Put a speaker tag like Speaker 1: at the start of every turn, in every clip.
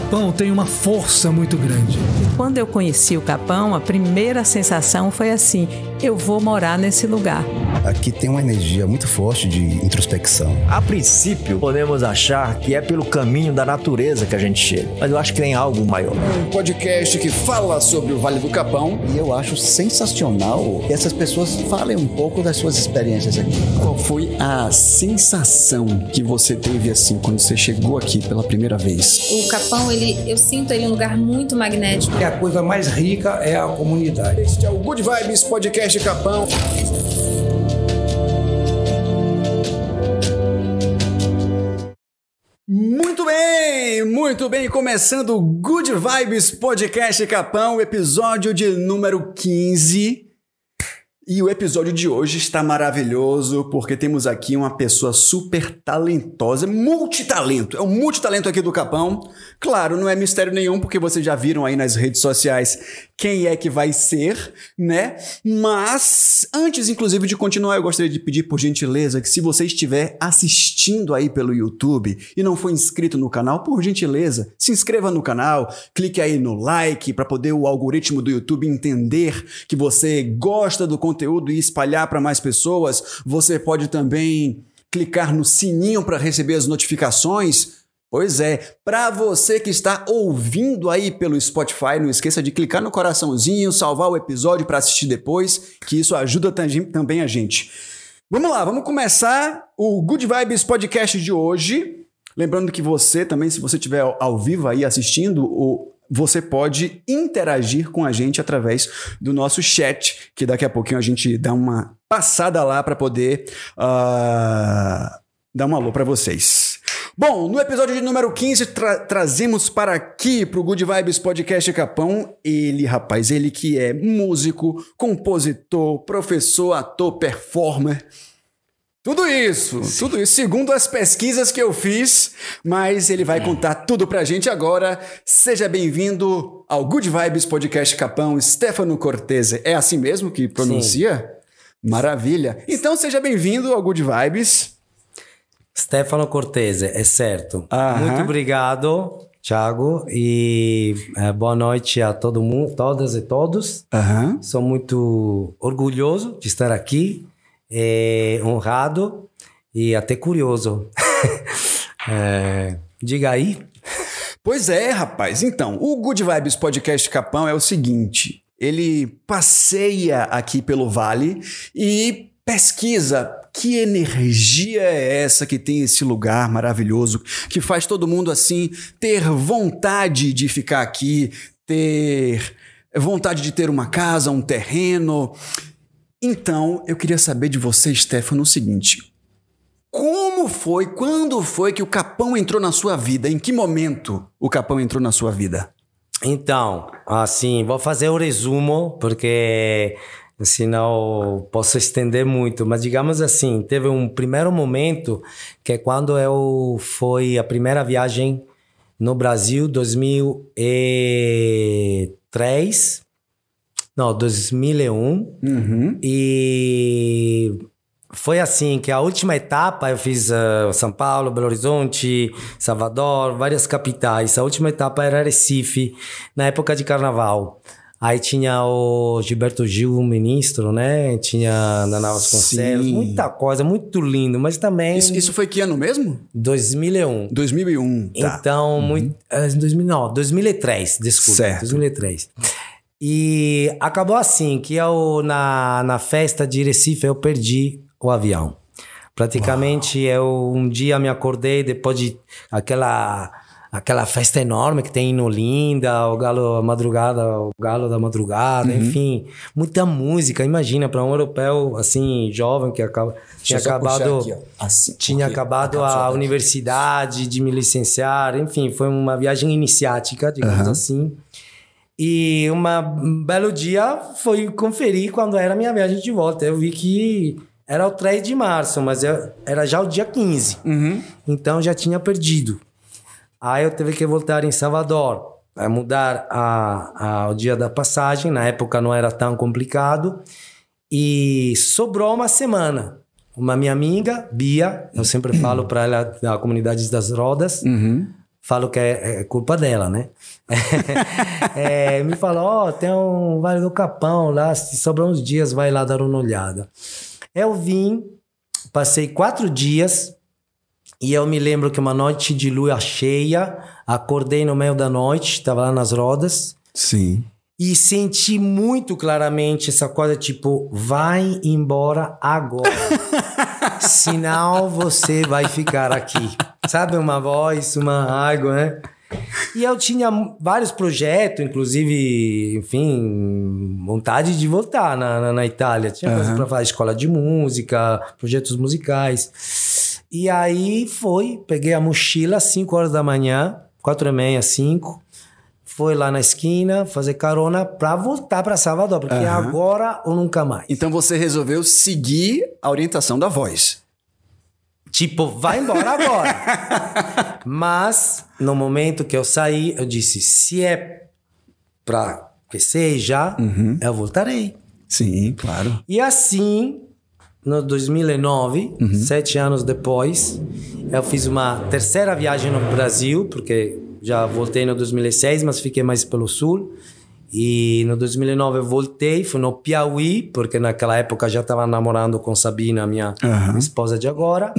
Speaker 1: Capão tem uma força muito grande.
Speaker 2: Quando eu conheci o Capão, a primeira sensação foi assim: eu vou morar nesse lugar.
Speaker 3: Aqui tem uma energia muito forte de introspecção.
Speaker 4: A princípio, podemos achar que é pelo caminho da natureza que a gente chega, mas eu acho que tem algo maior.
Speaker 5: Um podcast que fala sobre o Vale do Capão.
Speaker 3: E eu acho sensacional que essas pessoas falem um pouco das suas experiências aqui.
Speaker 5: Qual foi a sensação que você teve assim quando você chegou aqui pela primeira vez?
Speaker 6: O Capão, eu sinto ele um lugar muito magnético.
Speaker 7: A coisa mais rica é a comunidade.
Speaker 5: Este é o Good Vibes Podcast Capão. Muito bem, começando o Good Vibes Podcast Capão, episódio de número 15. E o episódio de hoje está maravilhoso porque temos aqui uma pessoa super talentosa, multitalento, é o multitalento aqui do Capão. Claro, não é mistério nenhum porque vocês já viram aí nas redes sociais quem é que vai ser, né? Mas antes, inclusive, de continuar, eu gostaria de pedir por gentileza que se você estiver assistindo aí pelo YouTube e não for inscrito no canal, por gentileza, se inscreva no canal, clique aí no like para poder o algoritmo do YouTube entender que você gosta do conteúdo e espalhar para mais pessoas. Você pode também clicar no sininho para receber as notificações. Pois é, para você que está ouvindo aí pelo Spotify, não esqueça de clicar no coraçãozinho, salvar o episódio para assistir depois, que isso ajuda também a gente. Vamos lá, vamos começar o Good Vibes Podcast de hoje. Lembrando que você também, se você estiver ao vivo aí assistindo, você pode interagir com a gente através do nosso chat, que daqui a pouquinho a gente dá uma passada lá para poder dar um alô para vocês. Bom, no episódio de número 15, trazemos para aqui, para o Good Vibes Podcast Capão, ele que é músico, compositor, professor, ator, performer. Tudo isso, segundo as pesquisas que eu fiz, mas ele vai contar tudo pra gente agora. Seja bem-vindo ao Good Vibes Podcast Capão, Stefano Cortese. É assim mesmo que pronuncia? Sim. Maravilha. Então seja bem-vindo ao Good Vibes.
Speaker 8: Stefano Cortese, é certo. Muito obrigado, Thiago, e boa noite a todo mundo, todas e todos. Sou muito orgulhoso de estar aqui. Honrado e até curioso. Diga aí.
Speaker 5: Pois é, rapaz. Então, o Good Vibes Podcast Capão é o seguinte: ele passeia aqui pelo Vale e pesquisa que energia é essa que tem esse lugar maravilhoso, que faz todo mundo assim ter vontade de ficar aqui, ter vontade de ter uma casa, um terreno. Então, eu queria saber de você, Stefano, o seguinte: quando foi que o Capão entrou na sua vida? Em que momento o Capão entrou na sua vida?
Speaker 8: Então, assim, vou fazer o resumo, porque senão posso estender muito. Mas digamos assim, teve um primeiro momento, que é quando foi a primeira viagem no Brasil, 2003... Não, 2001. E foi assim que a última etapa eu fiz São Paulo, Belo Horizonte, Salvador, várias capitais. A última etapa era Recife, na época de carnaval. Aí tinha o Gilberto Gil, o ministro, né? Tinha Naná Vasconcelos, muita coisa, muito lindo, mas também...
Speaker 5: Isso foi que ano mesmo?
Speaker 8: 2001.
Speaker 5: 2001, tá.
Speaker 8: Então, 2003, desculpa.
Speaker 5: Certo.
Speaker 8: 2003. E acabou assim, que na festa de Recife eu perdi o avião. Praticamente um dia me acordei depois de aquela festa enorme que tem em Olinda, o Galo da Madrugada, enfim, muita música. Imagina, para um europeu assim, jovem, que tinha acabado a universidade, de me licenciar, enfim, foi uma viagem iniciática, digamos assim. E um belo dia foi conferir quando era a minha viagem de volta. Eu vi que era o 3 de março, mas era já o dia 15. Então já tinha perdido. Aí eu tive que voltar em Salvador, mudar o dia da passagem. Na época não era tão complicado. E sobrou uma semana. Uma minha amiga, Bia, eu sempre falo para ela da Comunidade das Rodas, falo que é culpa dela, né? Me falou, tem um Vale do Capão lá, se sobrar uns dias, vai lá dar uma olhada. Eu vim, passei 4 dias, e eu me lembro que uma noite de lua cheia, acordei no meio da noite, estava lá nas rodas.
Speaker 5: Sim.
Speaker 8: E senti muito claramente essa coisa, tipo, vai embora agora. Senão você vai ficar aqui. Sabe, uma voz, uma água, né? E eu tinha vários projetos, inclusive, enfim, vontade de voltar na Itália. Tinha coisa para fazer, escola de música, projetos musicais. E aí peguei a mochila às 5 horas da manhã, 4h30, 5. Foi lá na esquina fazer carona para voltar para Salvador, porque agora ou nunca mais.
Speaker 5: Então você resolveu seguir a orientação da voz.
Speaker 8: Tipo, vai embora agora. Mas, no momento que eu saí, eu disse, se é pra que seja, eu voltarei.
Speaker 5: Sim, claro.
Speaker 8: E assim, no 2009, 7 anos depois, eu fiz uma terceira viagem no Brasil, porque já voltei no 2006, mas fiquei mais pelo sul. E no 2009 eu voltei, fui no Piauí, porque naquela época já estava namorando com Sabina, minha esposa de agora.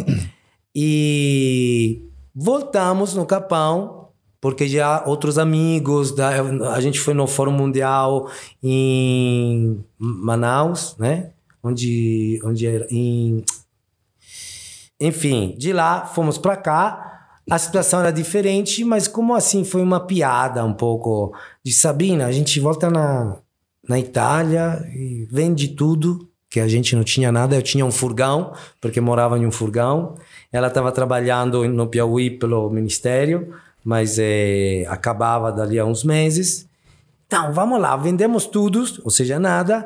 Speaker 8: E voltamos no Capão, porque já outros amigos, a gente foi no Fórum Mundial em Manaus, né? Onde era? Enfim, de lá fomos para cá. A situação era diferente, mas como assim foi uma piada um pouco de Sabina, a gente volta na Itália e vende tudo, que a gente não tinha nada. Eu tinha um furgão, porque morava em um furgão. Ela estava trabalhando no Piauí pelo ministério, mas acabava dali a uns meses. Então, vamos lá, vendemos tudo, ou seja, nada,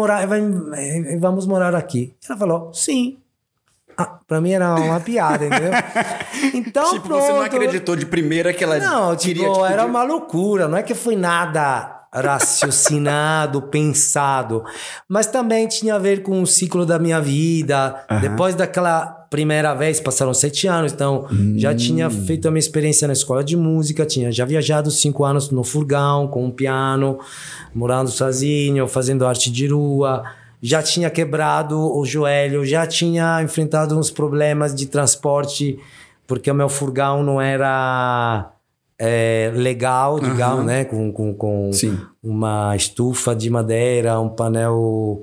Speaker 8: e vamos morar aqui. Ela falou, sim. Pra mim era uma piada, entendeu? Então,
Speaker 5: tipo,
Speaker 8: pronto.
Speaker 5: você não acreditou de primeira que ela queria...
Speaker 8: Não, era uma loucura. Não é que foi nada raciocinado, pensado. Mas também tinha a ver com o ciclo da minha vida. Depois daquela primeira vez, passaram 7 anos. Então, já tinha feito a minha experiência na escola de música. Tinha já viajado 5 anos no furgão, com um piano. Morando sozinho, fazendo arte de rua. Já tinha quebrado o joelho, já tinha enfrentado uns problemas de transporte, porque o meu furgão não era legal, digamos, né? Com uma estufa de madeira, um painel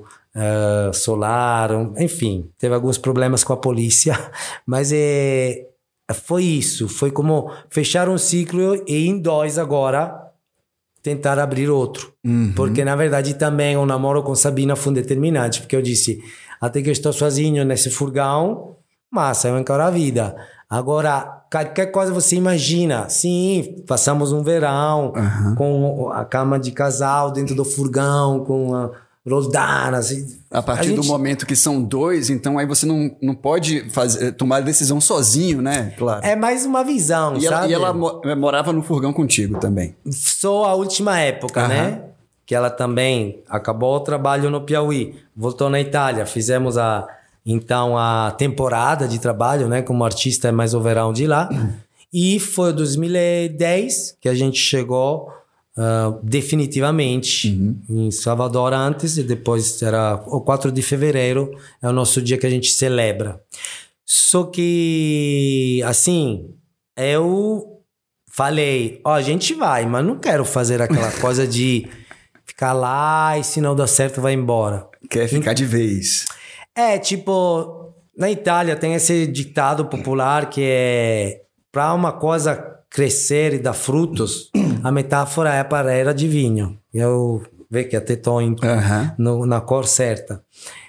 Speaker 8: solar, enfim. Teve alguns problemas com a polícia, mas foi isso. Foi como fechar um ciclo e em 2 agora... tentar abrir outro. Porque, na verdade, também o namoro com Sabina foi determinante. Porque eu disse, até que estou sozinho nesse furgão, mas eu encaro a vida. Agora, qualquer coisa você imagina. Sim, passamos um verão com a cama de casal dentro do furgão, com a roldana. Assim.
Speaker 5: A partir do momento que são 2, então aí você não pode tomar a decisão sozinho, né? Claro.
Speaker 8: É mais uma visão, sabe?
Speaker 5: E ela morava no furgão contigo também?
Speaker 8: Só a última época, né? Que ela também acabou o trabalho no Piauí, voltou na Itália, fizemos então a temporada de trabalho, né? Como artista é mais o verão de lá. E foi 2010 que a gente chegou definitivamente em Salvador antes, e depois era o 4 de fevereiro, é o nosso dia que a gente celebra. Só que, assim, eu falei, a gente vai, mas não quero fazer aquela coisa de ficar lá e se não der certo vai embora.
Speaker 5: Quer ficar de vez.
Speaker 8: Tipo, na Itália tem esse ditado popular que é, para uma coisa crescer e dar frutos, a metáfora é a pareira de vinho. Eu vejo que até estou na cor certa.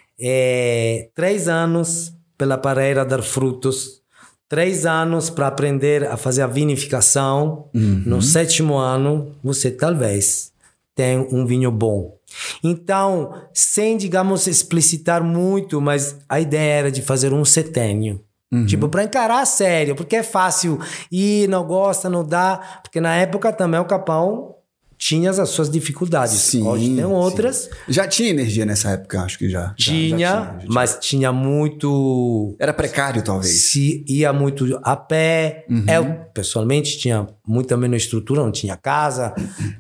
Speaker 8: 3 anos pela pareira dar frutos, 3 anos para aprender a fazer a vinificação. No 7º ano, você talvez tenha um vinho bom. Então, sem, digamos, explicitar muito, mas a ideia era de fazer um setênio. Tipo, pra encarar a sério, porque é fácil ir, não gosta, não dá, porque na época também o Capão tinha as suas dificuldades.
Speaker 5: Sim,
Speaker 8: hoje tem outras.
Speaker 5: Sim. Já tinha energia nessa época, acho que já.
Speaker 8: Tinha,
Speaker 5: já tinha.
Speaker 8: mas tinha muito...
Speaker 5: Era precário, talvez.
Speaker 8: Se ia muito a pé. Eu, pessoalmente, tinha muita menos estrutura, não tinha casa.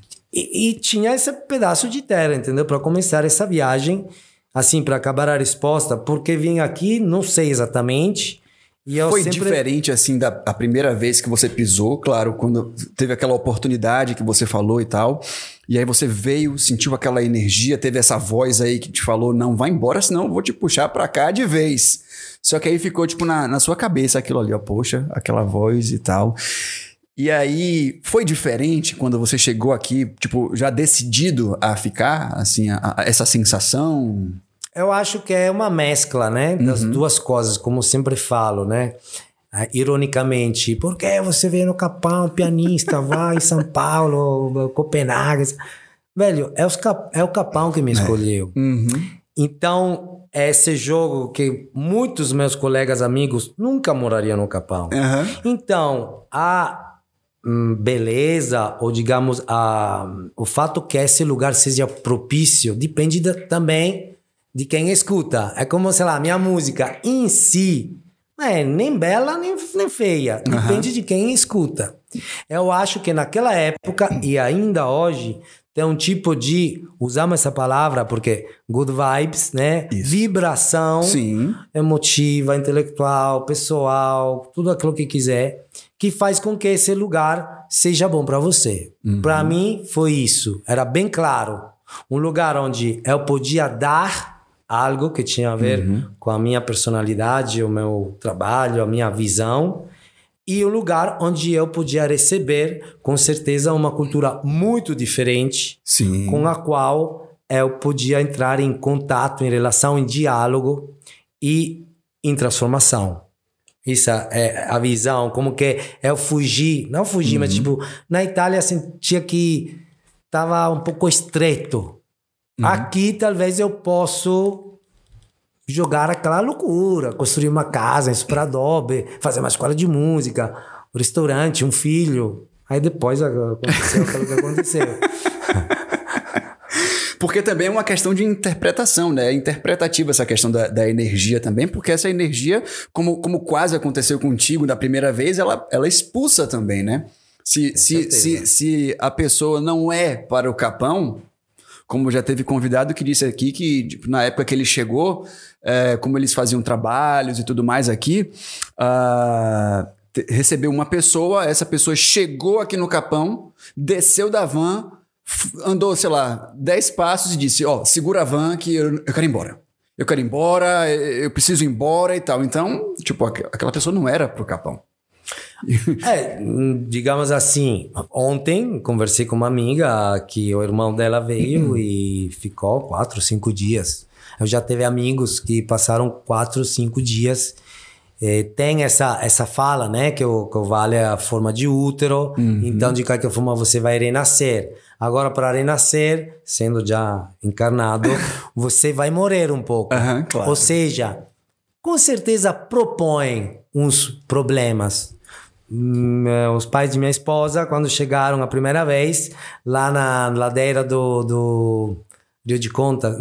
Speaker 8: E tinha esse pedaço de terra, entendeu? Para começar essa viagem, assim, para acabar a resposta, porque vim aqui, não sei exatamente...
Speaker 5: Foi diferente, assim, a primeira vez que você pisou, claro, quando teve aquela oportunidade que você falou e tal, e aí você veio, sentiu aquela energia, teve essa voz aí que te falou, não, vai embora, senão eu vou te puxar pra cá de vez. Só que aí ficou, tipo, na sua cabeça aquilo ali, ó, poxa, aquela voz e tal. E aí, foi diferente quando você chegou aqui, tipo, já decidido a ficar, assim, essa sensação...
Speaker 8: Eu acho que é uma mescla, né, das duas coisas, como eu sempre falo, né, ironicamente, por que você veio no Capão, pianista, vai em São Paulo, Copenhague, velho, é o Capão que me escolheu. Então, esse jogo que muitos meus colegas amigos nunca morariam no Capão. Então, a beleza, ou digamos, o fato que esse lugar seja propício, depende também de quem escuta. É como, sei lá, minha música em si não é nem bela nem feia. Depende de quem escuta. Eu acho que naquela época e ainda hoje tem um tipo de, usamos essa palavra porque good vibes, né? Isso. Vibração. Sim. Emotiva, intelectual, pessoal, tudo aquilo que quiser, que faz com que esse lugar seja bom para você. Para mim foi isso. Era bem claro. Um lugar onde eu podia dar algo que tinha a ver com a minha personalidade, o meu trabalho, a minha visão, e um lugar onde eu podia receber, com certeza, uma cultura muito diferente, com a qual eu podia entrar em contato, em relação, em diálogo e em transformação. Essa é a visão, como que eu fugi, não fugi, mas tipo, na Itália sentia que estava um pouco estreito. Aqui talvez eu possa jogar aquela loucura, construir uma casa em Superadobe, fazer uma escola de música, um restaurante, um filho. Aí depois aconteceu aquilo que aconteceu.
Speaker 5: Porque também é uma questão de interpretação, né? É interpretativa essa questão da energia também, porque essa energia, como quase aconteceu contigo da primeira vez, ela expulsa também, né? Se a pessoa não é para o Capão, como já teve convidado que disse aqui que tipo, na época que ele chegou, como eles faziam trabalhos e tudo mais aqui, recebeu uma pessoa, essa pessoa chegou aqui no Capão, desceu da van, andou, sei lá, 10 passos e disse, segura a van que eu quero ir embora. Eu quero ir embora, eu preciso ir embora e tal. Então, tipo, aquela pessoa não era pro Capão.
Speaker 8: Digamos assim, ontem conversei com uma amiga que o irmão dela veio e ficou 4, 5 dias. Eu já tive amigos que passaram 4, 5 dias. Tem essa fala, né, que o vale é a forma de útero, então de qualquer forma você vai renascer. Agora, para renascer, sendo já encarnado, você vai morrer um pouco. Claro. Ou seja, com certeza propõe uns problemas. Os pais de minha esposa, quando chegaram a primeira vez lá na ladeira do Rio de Conta,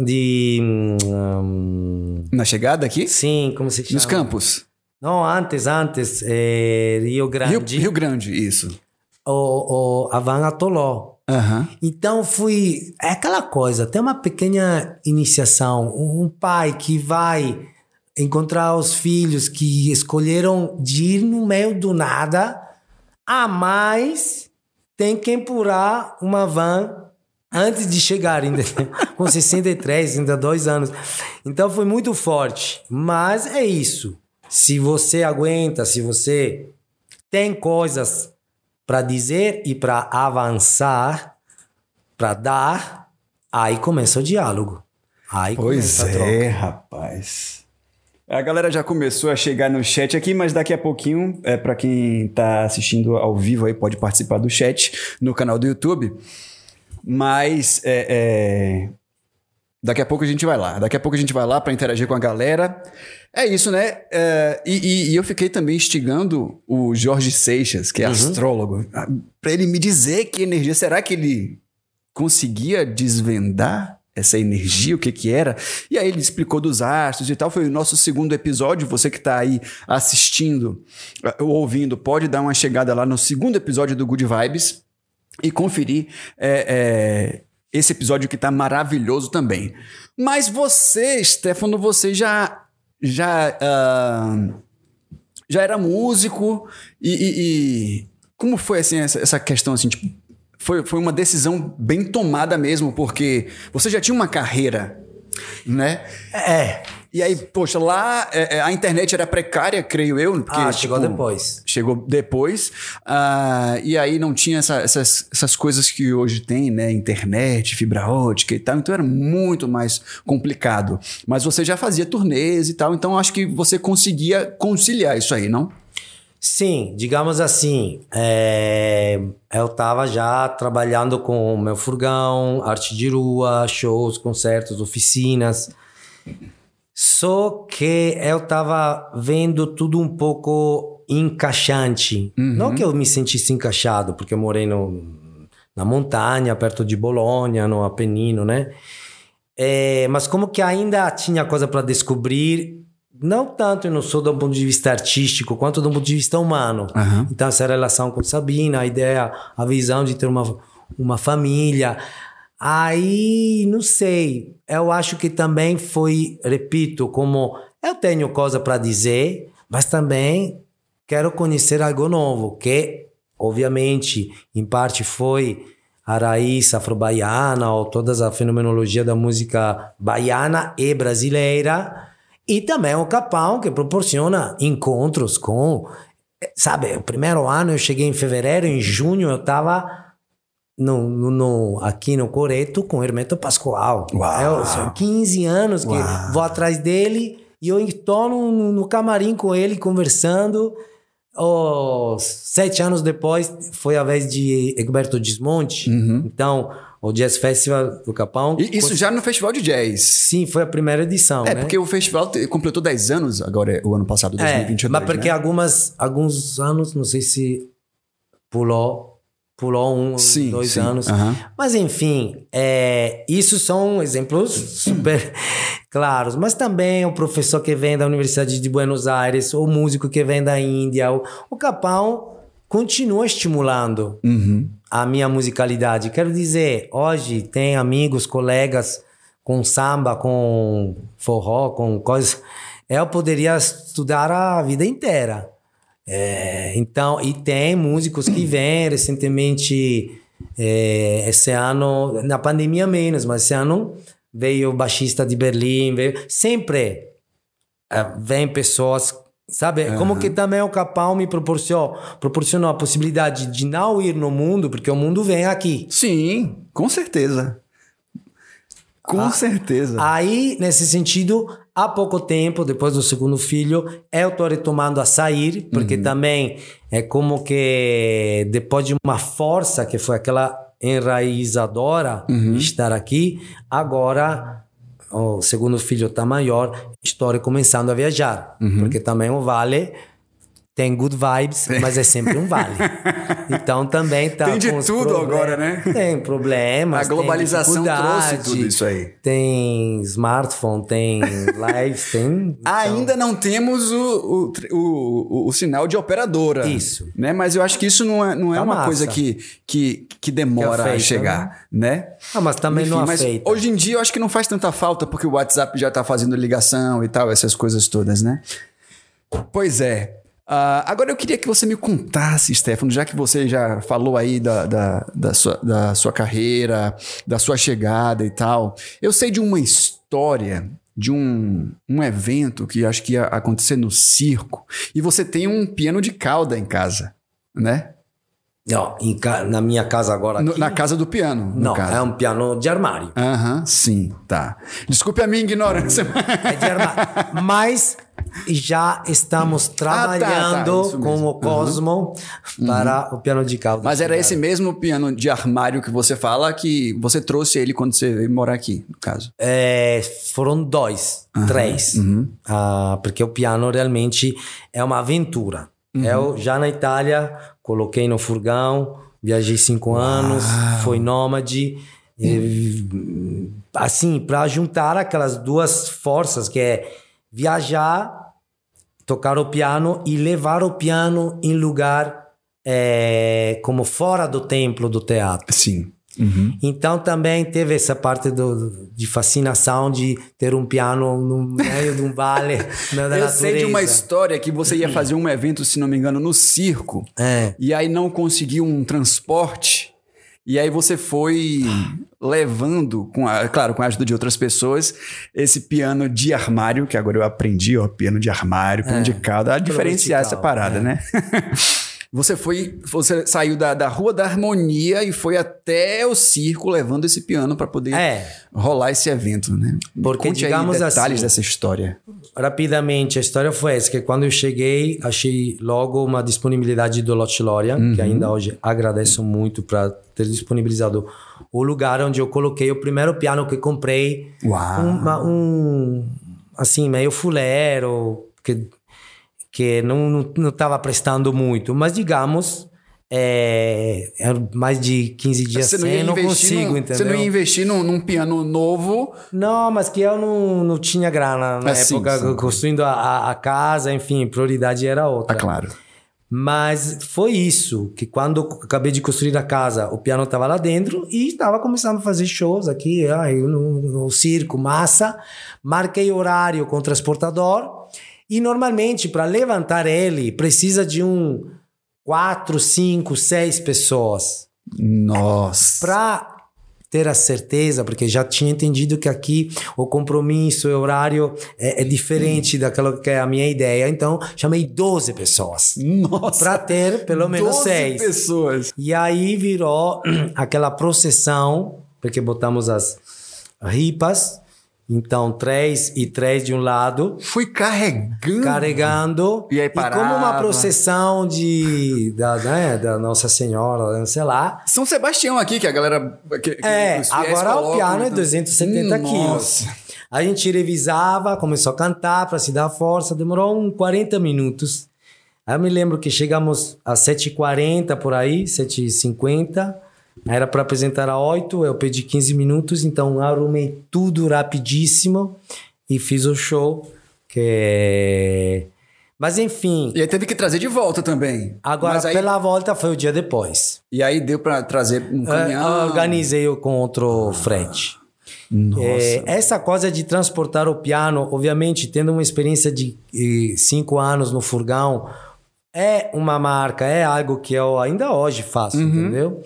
Speaker 5: na chegada aqui?
Speaker 8: Sim, como se chama?
Speaker 5: Nos campos?
Speaker 8: Não, antes, Rio Grande.
Speaker 5: Rio Grande, isso.
Speaker 8: A van atolou. Então é aquela coisa, tem uma pequena iniciação, um pai que vai encontrar os filhos que escolheram de ir no meio do nada, mas tem que empurrar uma van antes de chegar, com 63, ainda 2 anos. Então foi muito forte, mas é isso. Se você aguenta, se você tem coisas para dizer e para avançar, para dar, aí começa o diálogo. Aí começa a troca.
Speaker 5: Rapaz. A galera já começou a chegar no chat aqui, mas daqui a pouquinho, para quem tá assistindo ao vivo aí, pode participar do chat no canal do YouTube. Mas daqui a pouco a gente vai lá. Daqui a pouco a gente vai lá para interagir com a galera. É isso, né? E eu fiquei também instigando o Jorge Seixas, que é astrólogo, para ele me dizer que energia. Será que ele conseguia desvendar essa energia, o que era? E aí ele explicou dos astros e tal. Foi o nosso segundo episódio. Você que está aí assistindo ou ouvindo, pode dar uma chegada lá no segundo episódio do Good Vibes e conferir esse episódio que está maravilhoso também. Mas você, Stefano, você já era músico e como foi assim essa questão assim, tipo, foi uma decisão bem tomada mesmo, porque você já tinha uma carreira, né? E aí, poxa, lá a internet era precária, creio eu. Porque,
Speaker 8: chegou depois.
Speaker 5: Chegou depois. E aí não tinha essas coisas que hoje tem, né? Internet, fibra ótica e tal. Então era muito mais complicado. Mas você já fazia turnês e tal. Então acho que você conseguia conciliar isso aí, não?
Speaker 8: Sim, digamos assim, eu estava já trabalhando com o meu furgão, arte de rua, shows, concertos, oficinas. Só que eu estava vendo tudo um pouco encaixante. Não que eu me sentisse encaixado, porque eu morei na montanha, perto de Bolonha, no Apennino, né? Mas como que ainda tinha coisa para descobrir, não tanto no só do ponto de vista artístico, quanto do ponto de vista humano. Então, essa relação com Sabina, a ideia, a visão de ter uma família. Aí, não sei, eu acho que também foi, repito, como eu tenho coisa para dizer, mas também quero conhecer algo novo, que, obviamente, em parte foi a raiz afro-baiana, ou toda a fenomenologia da música baiana e brasileira, e também o Capão, que proporciona encontros com... Sabe, o primeiro ano eu cheguei em fevereiro, em junho eu estava aqui no Coreto com o Hermeto Pascoal. São 15 anos que vou atrás dele e eu estou no camarim com ele conversando. 7 anos depois foi a vez de Egberto Gismonti. Então... o Jazz Festival do Capão.
Speaker 5: E isso já no Festival de Jazz.
Speaker 8: Sim, foi a primeira edição, né?
Speaker 5: Porque o festival completou 10 anos agora, o ano passado, 2022.
Speaker 8: Mas porque
Speaker 5: né?
Speaker 8: alguns anos, não sei se pulou 2 anos. Mas enfim, isso são exemplos super claros. Mas também o professor que vem da Universidade de Buenos Aires, o músico que vem da Índia, o Capão continua estimulando a minha musicalidade. Quero dizer, hoje tem amigos, colegas com samba, com forró, com coisas... Eu poderia estudar a vida inteira. Então, e tem músicos que vêm recentemente, esse ano, na pandemia menos, mas esse ano veio o baixista de Berlim, sempre vem pessoas... Sabe, como que também o Capão me proporcionou a possibilidade de não ir no mundo, porque o mundo vem aqui.
Speaker 5: Sim, com certeza. Com certeza.
Speaker 8: Aí, nesse sentido, há pouco tempo, depois do segundo filho, eu tô retomando a sair, porque também é como que depois de uma força que foi aquela enraizadora de estar aqui, agora... o segundo filho está maior, estou começando a viajar. Porque também o Vale tem good vibes, mas é sempre um vale. Então também tá
Speaker 5: tem de
Speaker 8: com
Speaker 5: tudo agora, né?
Speaker 8: Tem problemas.
Speaker 5: A globalização trouxe tudo isso aí.
Speaker 8: Tem smartphone, tem live, tem...
Speaker 5: Ainda não temos o sinal de operadora.
Speaker 8: Isso.
Speaker 5: Né? Mas eu acho que isso não é uma coisa que demora a chegar, né?
Speaker 8: Mas também não
Speaker 5: mas
Speaker 8: afeita.
Speaker 5: hoje em dia eu acho que não faz tanta falta, porque o WhatsApp já tá fazendo ligação e tal, essas coisas todas, né? Pois é. Agora eu queria que você me contasse, Stefano, já que você já falou aí da sua carreira, da sua chegada e tal. Eu sei de uma história, de um evento que acho que ia acontecer no circo, e você tem um piano de cauda em casa, né?
Speaker 8: Não, na minha casa agora aqui...
Speaker 5: Na casa do piano, no
Speaker 8: Não,
Speaker 5: caso.
Speaker 8: é um piano de armário.
Speaker 5: Sim, tá. Desculpe a minha ignorância.
Speaker 8: É de armário. Mas já estamos trabalhando com o Cosmo para o piano de cauda.
Speaker 5: Mas era esse mesmo piano de armário que você fala, que você trouxe ele quando você veio morar aqui, no caso?
Speaker 8: Foram 2, 3. Porque o piano realmente é uma aventura. Eu já na Itália coloquei no furgão, viajei 5 anos, fui nômade. Assim, para juntar aquelas duas forças, que é viajar, tocar o piano e levar o piano em lugar como fora do templo do teatro.
Speaker 5: Sim.
Speaker 8: Então também teve essa parte de fascinação de ter um piano no meio de um vale da natureza.
Speaker 5: Eu sei de uma história que você ia fazer um evento, se não me engano, no circo, e aí não conseguiu um transporte, e aí você foi levando, claro, com a ajuda de outras pessoas, esse piano de armário, que agora eu aprendi, piano de armário, piano de cauda, a diferenciar essa parada, né? Você saiu da Rua da Harmonia e foi até o circo levando esse piano para poder rolar esse evento, né?
Speaker 8: Porque,
Speaker 5: conte
Speaker 8: digamos
Speaker 5: aí detalhes
Speaker 8: assim,
Speaker 5: dessa história.
Speaker 8: Rapidamente, a história foi essa, que quando eu cheguei, achei logo uma disponibilidade do Lotte Lorien, que ainda hoje agradeço muito para ter disponibilizado o lugar onde eu coloquei o primeiro piano que comprei.
Speaker 5: Uau!
Speaker 8: Assim, meio fuleiro, que não estava prestando muito, mas digamos, mais de 15 dias sem, não consigo, entendeu?
Speaker 5: Você não ia investir num piano novo?
Speaker 8: Não, mas que eu não tinha grana na época,
Speaker 5: sim.
Speaker 8: construindo a casa, enfim, prioridade era outra.
Speaker 5: Claro.
Speaker 8: Mas foi isso, que quando eu acabei de construir a casa, o piano estava lá dentro e estava começando a fazer shows aqui, no circo, massa, marquei horário com o transportador. E normalmente, para levantar ele, precisa de 4, 5, 6 pessoas.
Speaker 5: Nossa!
Speaker 8: Para ter a certeza, porque já tinha entendido que aqui o compromisso e o horário é diferente daquilo que é a minha ideia. Então, chamei 12 pessoas.
Speaker 5: Nossa!
Speaker 8: Para ter pelo menos 6.
Speaker 5: 12 pessoas!
Speaker 8: E aí virou aquela procissão, porque botamos as ripas. Então, 3 e 3 de um lado.
Speaker 5: Fui carregando.
Speaker 8: E
Speaker 5: aí parava.
Speaker 8: E como uma procissão da Nossa Senhora, sei lá.
Speaker 5: São Sebastião aqui, que a galera...
Speaker 8: agora o piano é 270 quilos.
Speaker 5: Nossa.
Speaker 8: A gente revisava, começou a cantar para se dar força. Demorou uns 40 minutos. Aí eu me lembro que chegamos às 7h40 por aí, 7h50. Era para apresentar às 8, eu pedi 15 minutos, então arrumei tudo rapidíssimo e fiz o show. Mas enfim...
Speaker 5: E aí teve que trazer de volta também.
Speaker 8: Agora, pela volta foi o dia depois.
Speaker 5: E aí deu para trazer um caminhão?
Speaker 8: Eu organizei com outro frete.
Speaker 5: Nossa.
Speaker 8: Essa coisa de transportar o piano, obviamente, tendo uma experiência de 5 anos no furgão, é uma marca, é algo que eu ainda hoje faço, entendeu?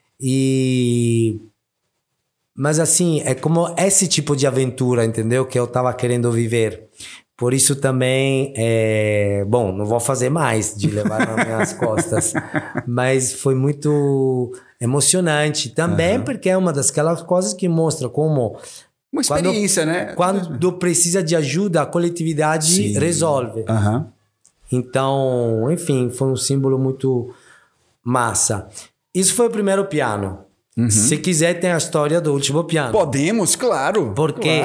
Speaker 8: Mas assim, é como esse tipo de aventura, entendeu? Que eu tava querendo viver. Por isso também, não vou fazer mais de levar nas minhas costas. Mas foi muito emocionante também, porque é uma daquelas coisas que mostra como...
Speaker 5: Uma experiência, né?
Speaker 8: Quando precisa de ajuda, a coletividade resolve. Então, enfim, foi um símbolo muito massa. Isso foi o primeiro piano. Se quiser, tem a história do último piano.
Speaker 5: Podemos, claro.
Speaker 8: Porque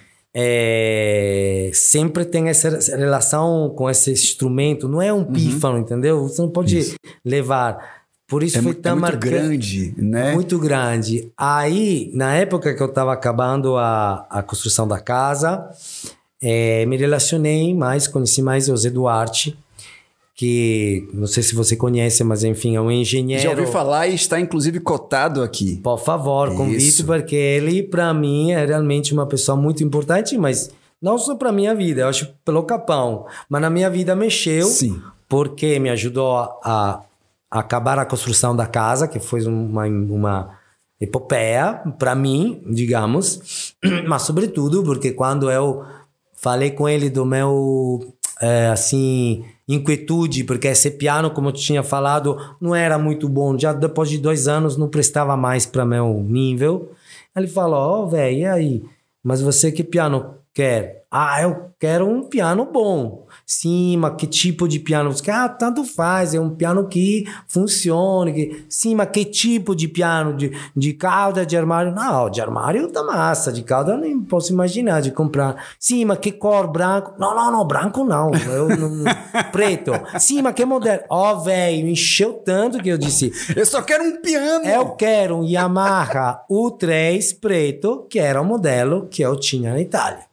Speaker 8: sempre tem essa relação com esse instrumento. Não é um pífano, entendeu? Você não pode levar. Por isso foi tão marcante.
Speaker 5: Muito grande, né?
Speaker 8: Muito grande. Aí, na época que eu estava acabando a construção da casa, me relacionei mais, conheci mais o Zé Duarte, que não sei se você conhece, mas enfim, é um engenheiro.
Speaker 5: Já ouvi falar e está inclusive cotado aqui.
Speaker 8: Por favor, convite, porque ele, para mim, é realmente uma pessoa muito importante, mas não só para minha vida, eu acho pelo Capão, mas na minha vida mexeu, porque me ajudou a acabar a construção da casa, que foi uma epopeia para mim, digamos, mas sobretudo porque quando eu falei com ele do meu, inquietude, porque esse piano, como eu tinha falado, não era muito bom. Já depois de 2 anos, não prestava mais para meu nível. Ele falou, velho, e aí? Mas você que piano quer? eu quero um piano bom. Sim, mas que tipo de piano? Tanto faz, é um piano que funcione. Sim, mas que tipo de piano? De cauda, de armário? Não, de armário tá massa, de cauda eu nem posso imaginar de comprar. Sim, mas que cor? Branco? Não, branco não. Preto. Sim, mas que modelo? Velho, encheu tanto que eu disse...
Speaker 5: Eu só quero um piano!
Speaker 8: Eu quero um Yamaha U3 preto, que era o modelo que eu tinha na Itália.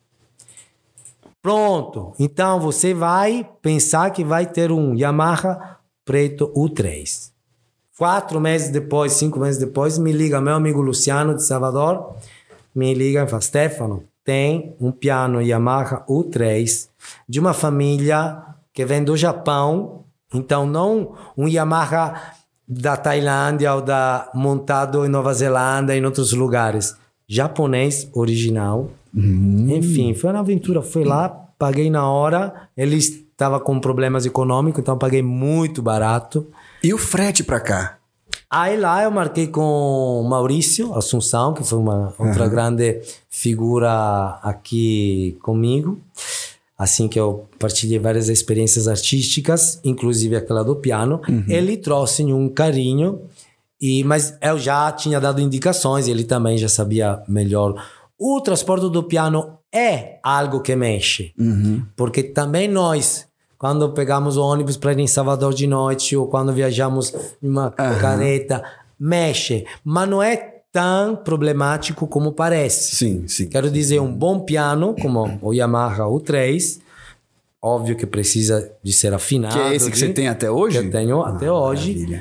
Speaker 8: Pronto, então você vai pensar que vai ter um Yamaha preto U3. 4 meses depois, 5 meses depois, me liga meu amigo Luciano de Salvador, me liga e fala, Stefano, tem um piano Yamaha U3 de uma família que vem do Japão, então não um Yamaha da Tailândia ou montado em Nova Zelândia e em outros lugares. Japonês original. Enfim, foi uma aventura. Fui lá, paguei na hora. Ele estava com problemas econômicos, então paguei muito barato.
Speaker 5: E o frete pra cá?
Speaker 8: Aí lá eu marquei com Maurício Assunção, que foi uma outra grande figura aqui comigo. Assim que eu partilhei várias experiências artísticas, inclusive aquela do piano. Ele trouxe um carinho, mas eu já tinha dado indicações, ele também já sabia melhor. O transporte do piano é algo que mexe, porque também nós, quando pegamos o ônibus para ir em Salvador de noite ou quando viajamos em uma carreta, mexe, mas não é tão problemático como parece.
Speaker 5: Sim.
Speaker 8: Quero dizer, um bom piano, como o Yamaha U3, óbvio que precisa de ser afinado.
Speaker 5: Que é esse que você tem até hoje?
Speaker 8: Que eu tenho até hoje.
Speaker 5: Maravilha.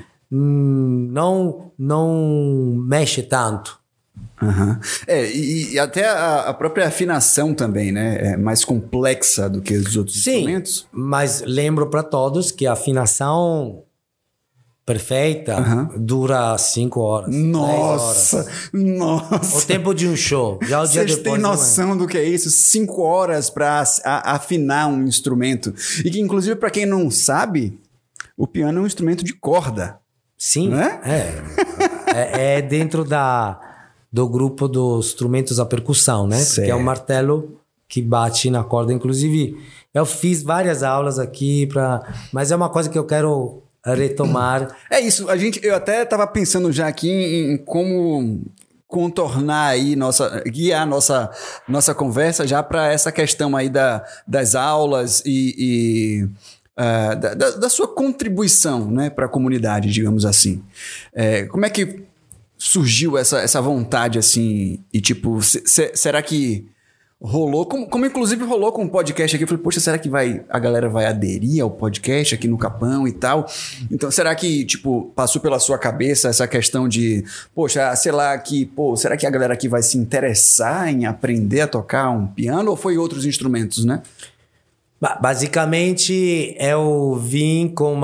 Speaker 8: Não mexe tanto.
Speaker 5: E até a própria afinação também, né? É mais complexa do que os outros instrumentos.
Speaker 8: Mas lembro para todos que a afinação perfeita dura 5 horas.
Speaker 5: Nossa!
Speaker 8: O tempo de um show. Já o dia
Speaker 5: Vocês
Speaker 8: depois
Speaker 5: têm noção do que é isso? 5 horas para afinar um instrumento. E que, inclusive, para quem não sabe, o piano é um instrumento de corda.
Speaker 8: Sim.
Speaker 5: Não é?
Speaker 8: É dentro do grupo dos instrumentos a percussão, né?
Speaker 5: Certo.
Speaker 8: Porque é um martelo que bate na corda. Inclusive, eu fiz várias aulas aqui, mas é uma coisa que eu quero retomar.
Speaker 5: É isso. Eu até estava pensando já aqui em como contornar aí, guiar nossa conversa já para essa questão aí das aulas e da sua contribuição, né, para a comunidade, digamos assim. Como é que surgiu essa vontade, assim, e tipo, será que rolou, como inclusive rolou com o podcast aqui, eu falei, poxa, será que a galera vai aderir ao podcast aqui no Capão e tal? Então, será que, tipo, passou pela sua cabeça essa questão de, poxa, sei lá, será que a galera aqui vai se interessar em aprender a tocar um piano ou foi outros instrumentos, né?
Speaker 8: Basicamente, eu vim com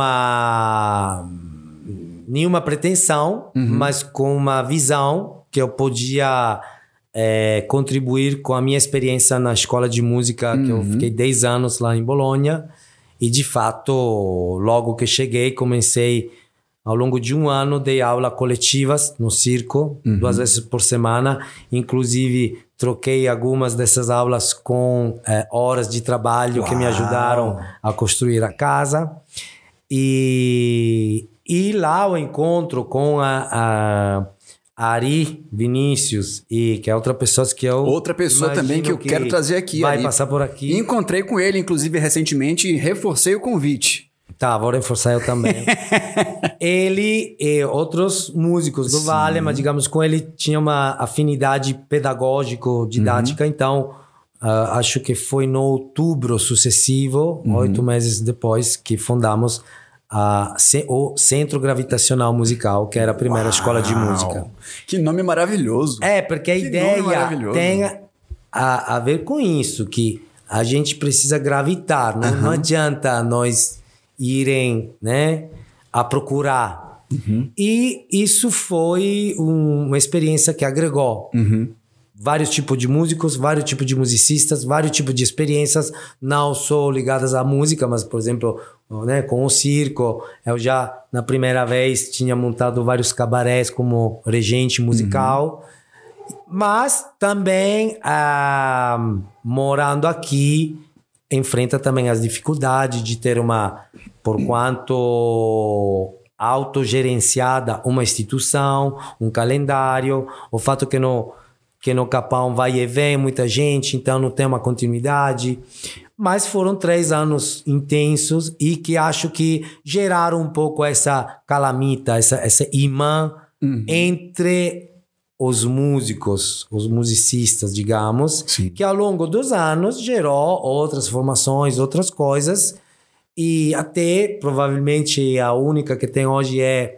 Speaker 8: nenhuma pretensão, mas com uma visão que eu podia contribuir com a minha experiência na escola de música, que eu fiquei 10 anos lá em Bolonha. E, de fato, logo que cheguei, comecei, ao longo de 1 ano, dei aulas coletivas no circo, 2 vezes por semana. Inclusive, troquei algumas dessas aulas com horas de trabalho que me ajudaram a construir a casa. E lá o encontro com a Ari Vinícius, que é outra pessoa
Speaker 5: também que eu quero trazer aqui.
Speaker 8: Vai passar por aqui.
Speaker 5: Encontrei com ele, inclusive, recentemente e reforcei o convite.
Speaker 8: Tá, vou reforçar eu também. Ele e outros músicos do Vale, mas digamos, com ele tinha uma afinidade pedagógico-didática, então acho que foi no outubro sucessivo, 8 meses depois, que fundamos o Centro Gravitacional Musical, que era a primeira escola de música.
Speaker 5: Que nome maravilhoso.
Speaker 8: Porque a ideia tem a ver com isso, que a gente precisa gravitar, não adianta nós irem, né, a procurar. E isso foi uma experiência que agregou vários tipos de músicos, vários tipos de musicistas, vários tipos de experiências, não só ligadas à música, mas, por exemplo, né, com o circo, eu já, na primeira vez, tinha montado vários cabarés como regente musical. Mas também, morando aqui, enfrenta também as dificuldades de ter por quanto autogerenciada, uma instituição, um calendário, o fato que no Capão vai e vem muita gente, então não tem uma continuidade. Mas foram 3 anos intensos e que acho que geraram um pouco essa calamita, essa imã entre os músicos, os musicistas, digamos,
Speaker 5: Sim.
Speaker 8: que ao longo dos anos gerou outras formações, outras coisas, e até provavelmente a única que tem hoje é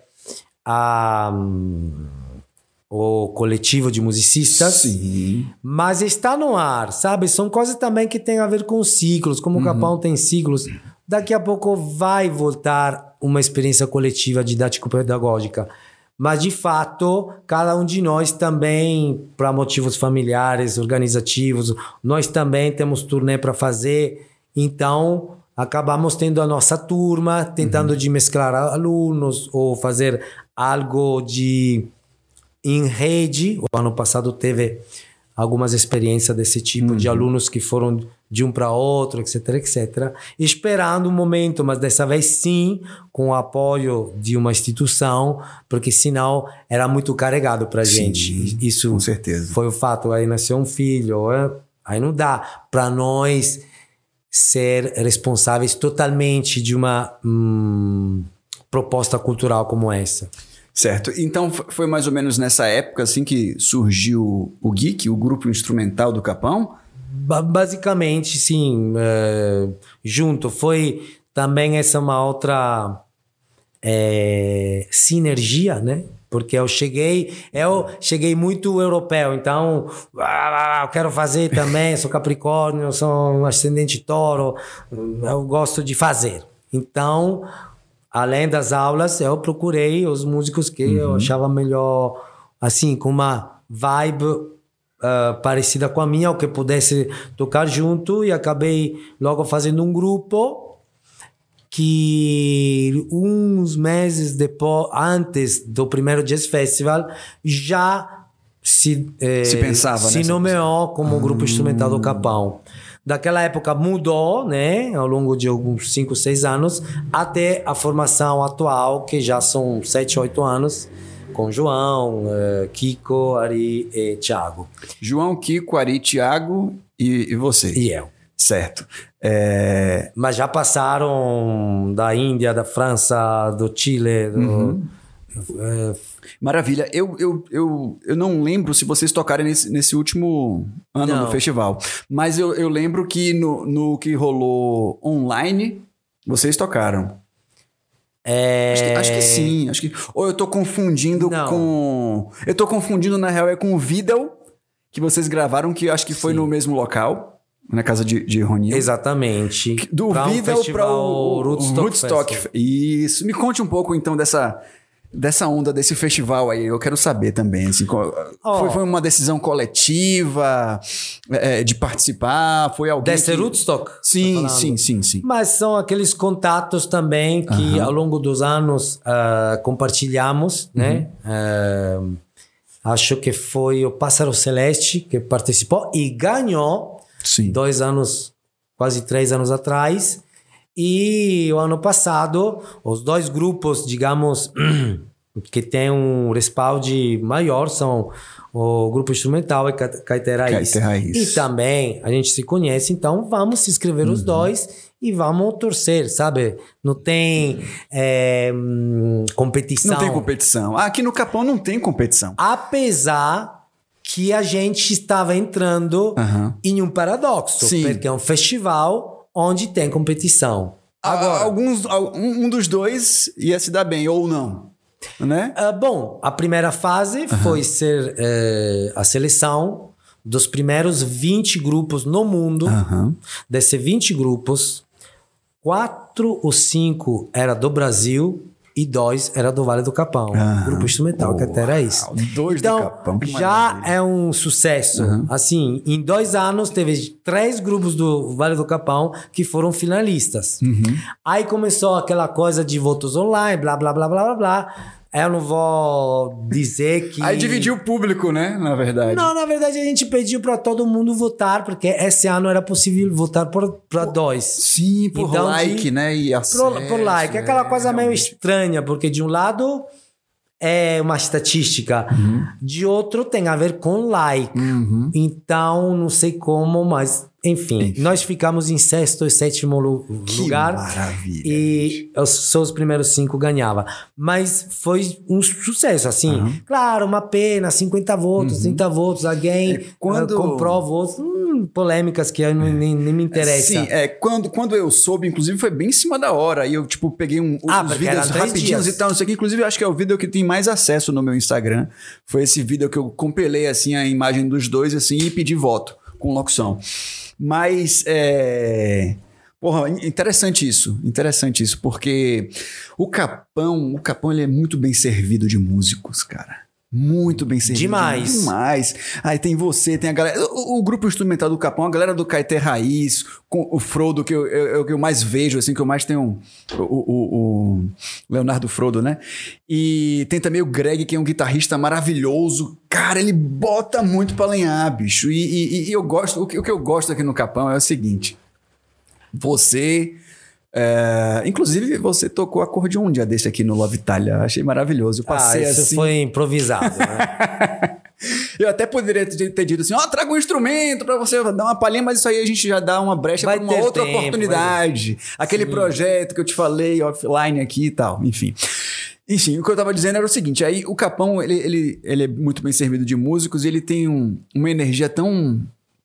Speaker 8: o coletivo de musicistas.
Speaker 5: Sim.
Speaker 8: Mas está no ar, sabe? São coisas também que tem a ver com ciclos, como o Capão tem ciclos. Daqui a pouco vai voltar uma experiência coletiva didático-pedagógica. Mas, de fato, cada um de nós também, para motivos familiares, organizativos, nós também temos turnê para fazer. Então, acabamos tendo a nossa turma, tentando de mesclar alunos ou fazer algo em rede. O ano passado teve algumas experiências desse tipo, de alunos que foram de um para outro, etc, etc. Esperando um momento, mas dessa vez sim, com o apoio de uma instituição, porque senão era muito carregado para a gente. Isso
Speaker 5: com certeza.
Speaker 8: Foi o fato. Aí nasceu um filho, aí não dá para nós ser responsáveis totalmente de uma proposta cultural como essa.
Speaker 5: Certo. Então foi mais ou menos nessa época assim que surgiu o GIC, o grupo instrumental do Capão?
Speaker 8: Basicamente, sim. Junto. Foi também essa uma outra sinergia, né? Porque eu cheguei muito europeu, então eu quero fazer também, sou Capricórnio, sou um ascendente Touro, eu gosto de fazer. Então, além das aulas, eu procurei os músicos que eu achava melhor, assim, com uma vibe parecida com a minha, ou que pudesse tocar junto, e acabei logo fazendo um grupo que uns meses depois, antes do primeiro Jazz Festival, já se
Speaker 5: pensava,
Speaker 8: se nomeou como grupo instrumental do Capão. Daquela época mudou, né, ao longo de alguns 5, 6 anos, até a formação atual, que já são 7, 8 anos, com João, Kiko, Ari e Thiago.
Speaker 5: João, Kiko, Ari, Thiago e você.
Speaker 8: E eu.
Speaker 5: Certo.
Speaker 8: Mas já passaram da Índia, da França, do Chile,
Speaker 5: Maravilha. Eu não lembro se vocês tocaram nesse último ano no festival, mas eu lembro que no que rolou online, vocês tocaram. Acho que sim. Ou eu tô confundindo com... Eu tô confundindo, na real, com o Vidal, que vocês gravaram, que acho que foi no mesmo local, na casa de Roninho.
Speaker 8: Exatamente.
Speaker 5: Do Vidal para o
Speaker 8: Rootstock.
Speaker 5: Isso. Me conte um pouco, então, dessa onda, desse festival aí. Eu quero saber também. Assim, foi uma decisão coletiva de participar? Foi alguém
Speaker 8: Desse Rootstock?
Speaker 5: Sim.
Speaker 8: Mas são aqueles contatos também que ao longo dos anos compartilhamos, né? Acho que foi o Pássaro Celeste que participou e ganhou 2 anos, quase 3 anos atrás. E o ano passado, os 2 grupos, digamos, que tem um respaldo maior são o grupo instrumental e Caeté Raiz. E também a gente se conhece, então vamos se inscrever os 2 e vamos torcer, sabe? Não tem competição.
Speaker 5: Não tem competição. Aqui no Capão não tem competição.
Speaker 8: Apesar que a gente estava entrando em um paradoxo, porque é um festival onde tem competição. Agora,
Speaker 5: um dos 2 ia se dar bem, ou não, né?
Speaker 8: Bom, a primeira fase foi ser a seleção dos primeiros 20 grupos no mundo. Desses 20 grupos, 4 ou 5 era do Brasil e 2 era do Vale do Capão. Grupo instrumental, que até era isso.
Speaker 5: 2
Speaker 8: então,
Speaker 5: do Capão, que
Speaker 8: já é um sucesso. Assim, em 2 anos teve 3 grupos do Vale do Capão que foram finalistas. Aí começou aquela coisa de votos online, blá, blá, blá, blá, blá, blá. Eu não vou dizer que...
Speaker 5: Aí dividiu o público, né? Na verdade.
Speaker 8: Não, na verdade a gente pediu para todo mundo votar, porque esse ano era possível votar para 2.
Speaker 5: Sim, por
Speaker 8: Então,
Speaker 5: like, né? E acesso,
Speaker 8: por like. É aquela coisa meio
Speaker 5: realmente.
Speaker 8: estranha, porque de um lado é uma estatística, de outro tem a ver com like. Então, não sei como, mas... Enfim, nós ficamos em 6º e 7º lugar.
Speaker 5: Maravilha.
Speaker 8: E só os primeiros 5 ganhava. Mas foi um sucesso, assim. Claro, uma pena, 50 votos, 30 votos. Alguém comprou votos. Polêmicas que nem me interessam.
Speaker 5: Sim, quando eu soube, inclusive, foi bem em cima da hora. E eu, tipo, peguei os vídeos rapidinhos e tal, não sei o que. Inclusive, eu acho que é o vídeo que tem mais acesso no meu Instagram. Foi esse vídeo que eu compilei, assim, a imagem dos dois, assim, e pedi voto com locução. Mas, porra, interessante isso, porque o Capão ele é muito bem servido de músicos, cara. Muito bem servido. Demais. Aí tem você, tem a galera... O grupo instrumental do Capão, a galera do Caeté Raiz, com o Frodo, que eu mais vejo, assim, que eu mais tenho... O Leonardo Frodo, né? E tem também o Greg, que é um guitarrista maravilhoso. Cara, ele bota muito pra lenhar, bicho. E eu gosto... O que eu gosto aqui no Capão é o seguinte. Você... inclusive, você tocou acordeon um dia desse aqui no Love Italia. Achei maravilhoso. Eu passei
Speaker 8: isso
Speaker 5: assim...
Speaker 8: foi improvisado, né?
Speaker 5: Eu até poderia ter dito assim, traga um instrumento pra você dar uma palhinha, mas isso aí a gente já dá uma brecha pra uma outra oportunidade. Aquele projeto que eu te falei offline aqui e tal, enfim. Enfim, o que eu tava dizendo era o seguinte, aí o Capão, ele é muito bem servido de músicos e ele tem uma energia tão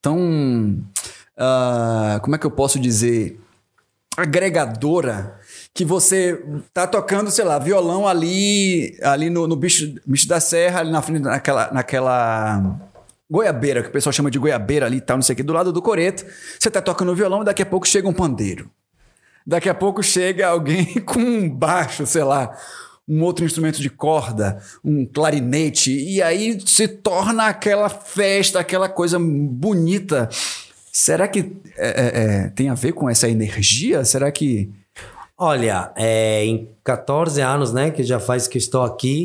Speaker 5: como é que eu posso dizer... agregadora, que você tá tocando, sei lá, violão ali no Bicho da Serra, ali na frente, naquela goiabeira, que o pessoal chama de goiabeira ali e tal, não sei o que, do lado do coreto. Você tá tocando violão e daqui a pouco chega um pandeiro. Daqui a pouco chega alguém com um baixo, sei lá, um outro instrumento de corda, um clarinete, e aí se torna aquela festa, aquela coisa bonita. Será que tem a ver com essa energia? Será que...
Speaker 8: Olha, em 14 anos, né, que já faz que estou aqui,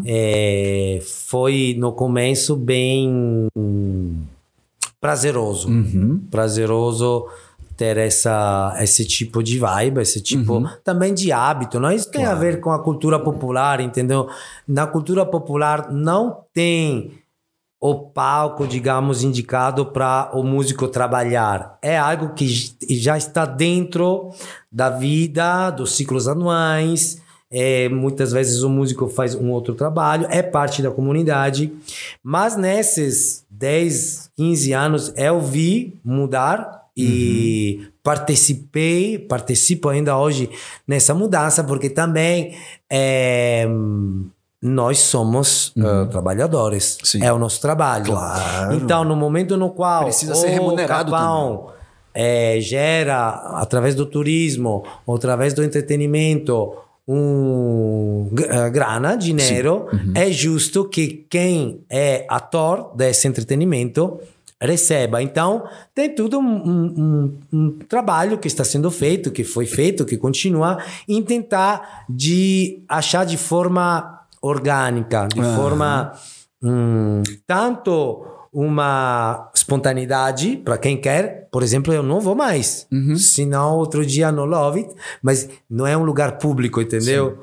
Speaker 8: foi no começo bem prazeroso. Prazeroso ter esse tipo de vibe, esse tipo também de hábito. Não? Isso tem a ver com a cultura popular, entendeu? Na cultura popular não tem... o palco, digamos, indicado para o músico trabalhar. É algo que já está dentro da vida, dos ciclos anuais. Muitas vezes o músico faz um outro trabalho, é parte da comunidade. Mas nesses 10, 15 anos eu vi mudar e participo ainda hoje nessa mudança, porque também... nós somos trabalhadores. Sim. É o nosso trabalho.
Speaker 5: Claro.
Speaker 8: Então, no momento no qual
Speaker 5: precisa ser remunerado
Speaker 8: Capão gera, através do turismo, ou através do entretenimento, grana, dinheiro, é justo que quem é ator desse entretenimento receba. Então, tem tudo um trabalho que está sendo feito, que foi feito, que continua, em tentar de achar de forma orgânica, de forma tanto uma espontaneidade para quem quer. Por exemplo, eu não vou mais, senão outro dia no Love It, mas não é um lugar público, entendeu?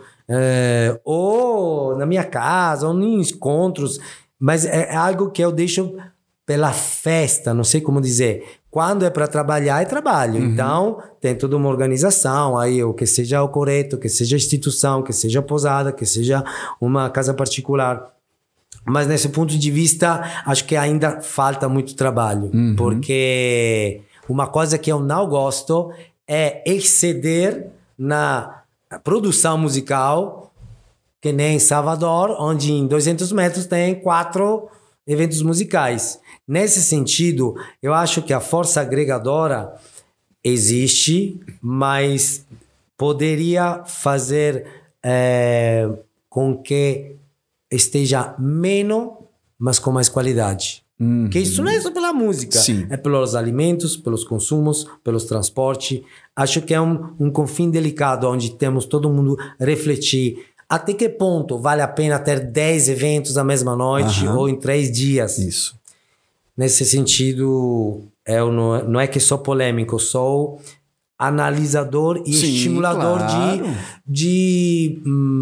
Speaker 8: Ou na minha casa, ou em encontros, mas é algo que eu deixo pela festa, não sei como dizer. Quando é para trabalhar, é trabalho. Então, tem toda uma organização, aí, o que seja o coreto, que seja instituição, que seja posada, que seja uma casa particular. Mas, nesse ponto de vista, acho que ainda falta muito trabalho. Porque uma coisa que eu não gosto é exceder na produção musical, que nem em Salvador, onde em 200 metros tem 4 eventos musicais. Nesse sentido, eu acho que a força agregadora existe, mas poderia fazer com que esteja menos, mas com mais qualidade. Que isso não é só pela música, é pelos alimentos, pelos consumos, pelos transportes. Acho que é um confim delicado, onde temos todo mundo refletir Até que ponto vale a pena ter 10 eventos na mesma noite ou em 3 dias?
Speaker 5: Isso.
Speaker 8: Nesse sentido, eu não é que sou polêmico, sou analisador e estimulador de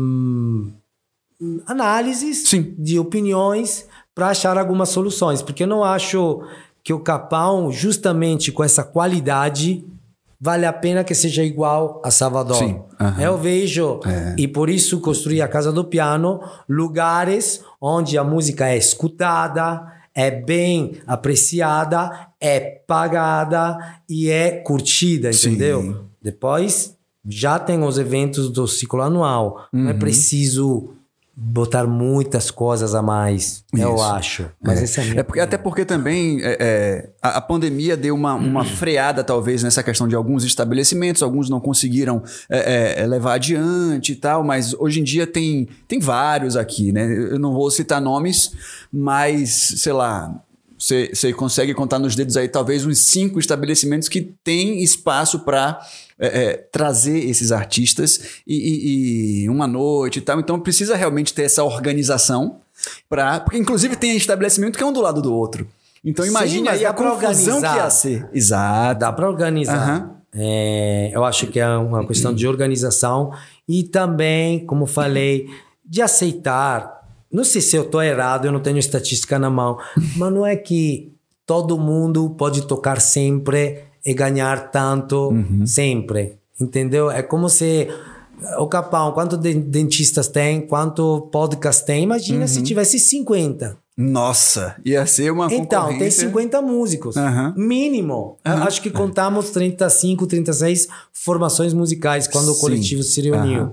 Speaker 8: análises, de opiniões para achar algumas soluções. Porque eu não acho que o Capão, justamente com essa qualidade, vale a pena que seja igual a Salvador.
Speaker 5: Sim.
Speaker 8: Eu vejo, e por isso construí a Casa do Piano, lugares onde a música é escutada, é bem apreciada, é pagada e é curtida, entendeu?
Speaker 5: Sim.
Speaker 8: Depois, já tem os eventos do ciclo anual. Não é preciso botar muitas coisas a mais, eu acho. Mas esse é meu
Speaker 5: até porque também a pandemia deu uma freada, talvez, nessa questão de alguns estabelecimentos, alguns não conseguiram levar adiante e tal, mas hoje em dia tem vários aqui, né? Eu não vou citar nomes, mas, sei lá, você consegue contar nos dedos aí talvez uns 5 estabelecimentos que têm espaço para trazer esses artistas e uma noite e tal. Então precisa realmente ter essa organização porque inclusive tem estabelecimenento que é um do lado do outro. Então imagine aí a confusão que ia ser. Exato.
Speaker 8: Dá para organizar. Eu acho que é uma questão de organização e também, como falei, de aceitar. Não sei se eu estou errado, eu não tenho estatística na mão, mas não é que todo mundo pode tocar sempre e ganhar tanto sempre, entendeu? É como se o Capão, quantos dentistas tem, quanto podcast tem, imagina se tivesse 50.
Speaker 5: Nossa, ia ser uma concorrência.
Speaker 8: Então, tem 50 músicos, mínimo. Acho que contamos 35, 36 formações musicais quando o coletivo se reuniu.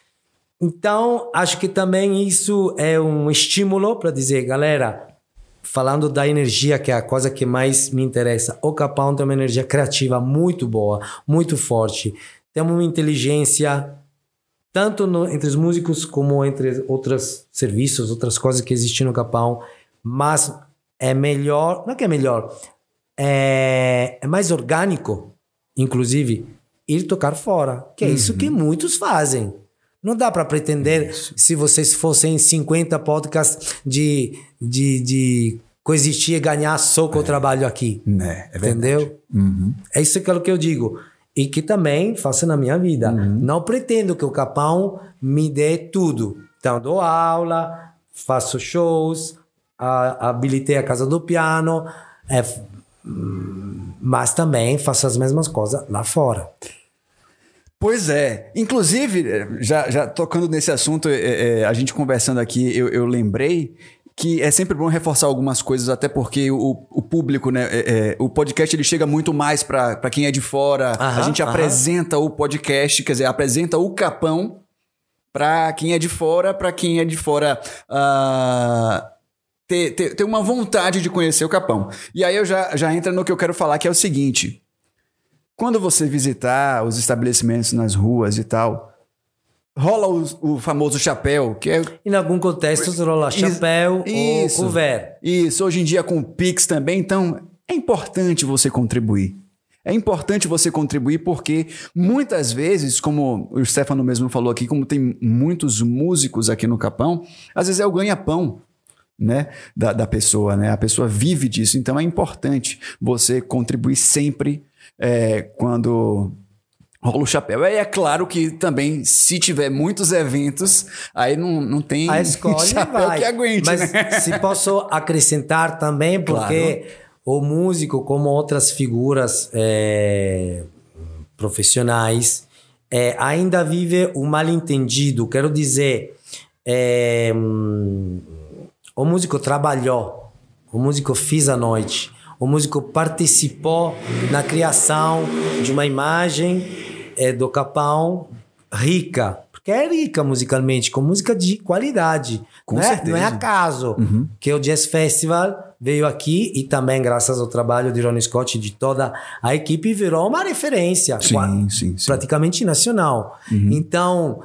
Speaker 8: Então, acho que também isso é um estímulo para dizer, galera, falando da energia, que é a coisa que mais me interessa, o Capão tem uma energia criativa muito boa, muito forte. Temos uma inteligência, tanto entre os músicos como entre outros serviços, outras coisas que existem no Capão, mas é melhor, não é que é melhor, é mais orgânico, inclusive, ir tocar fora, que é isso que muitos fazem. Não dá para pretender, se vocês fossem 50 podcasts de coexistir e ganhar só com o trabalho aqui. Entendeu? É isso que eu digo. E que também faço na minha vida. Não pretendo que o Capão me dê tudo. Então, dou aula, faço shows, habilitei a Casa do Piano, mas também faço as mesmas coisas lá fora.
Speaker 5: Pois é. Inclusive, já tocando nesse assunto, a gente conversando aqui, eu lembrei que é sempre bom reforçar algumas coisas, até porque o público, né? O podcast ele chega muito mais para quem é de fora. A gente apresenta o podcast, quer dizer, apresenta o Capão para quem é de fora, ter uma vontade de conhecer o Capão. E aí eu já entro no que eu quero falar, que é o seguinte. Quando você visitar os estabelecimentos nas ruas e tal, rola o famoso chapéu, que é...
Speaker 8: Em algum contexto rola chapéu ou couvert.
Speaker 5: Isso, hoje em dia com o Pix também, então é importante você contribuir. É importante você contribuir porque muitas vezes, como o Stefano mesmo falou aqui, como tem muitos músicos aqui no Capão, às vezes é o ganha-pão, né, da pessoa, né? A pessoa vive disso, então é importante você contribuir sempre quando rola o chapéu. É claro que também, se tiver muitos eventos, aí não tem
Speaker 8: a escola
Speaker 5: chapéu
Speaker 8: vai.
Speaker 5: Que aguente,
Speaker 8: mas
Speaker 5: né?
Speaker 8: Se posso acrescentar também, porque o músico, como outras figuras profissionais, ainda vive um mal-entendido. Quero dizer, o músico trabalhou, o músico fez a noite, o músico participou na criação de uma imagem do Capão rica, porque é rica musicalmente, com música de qualidade.
Speaker 5: Com certeza.
Speaker 8: Não é acaso que o Jazz Festival veio aqui e também, graças ao trabalho de Ronnie Scott e de toda a equipe, virou uma referência
Speaker 5: sim.
Speaker 8: praticamente nacional. Então,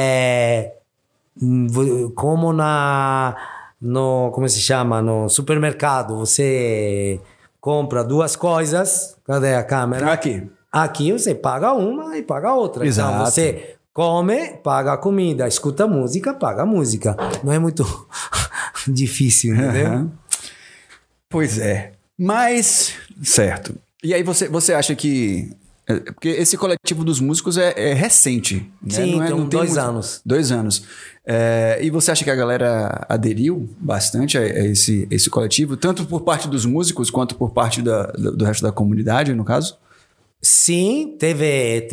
Speaker 8: como como se chama? No supermercado, você compra duas coisas. Cadê a câmera?
Speaker 5: Aqui.
Speaker 8: Aqui você paga uma e paga outra.
Speaker 5: Exato.
Speaker 8: Então você come, paga a comida, escuta a música, paga a música. Não é muito difícil, entendeu?
Speaker 5: Pois é. Mas, certo. E aí você acha que... Porque esse coletivo dos músicos é recente, né?
Speaker 8: Sim,
Speaker 5: não tem
Speaker 8: 2 anos.
Speaker 5: 2 anos. E você acha que a galera aderiu bastante a esse coletivo? Tanto por parte dos músicos, quanto por parte do resto da comunidade, no caso?
Speaker 8: Sim, teve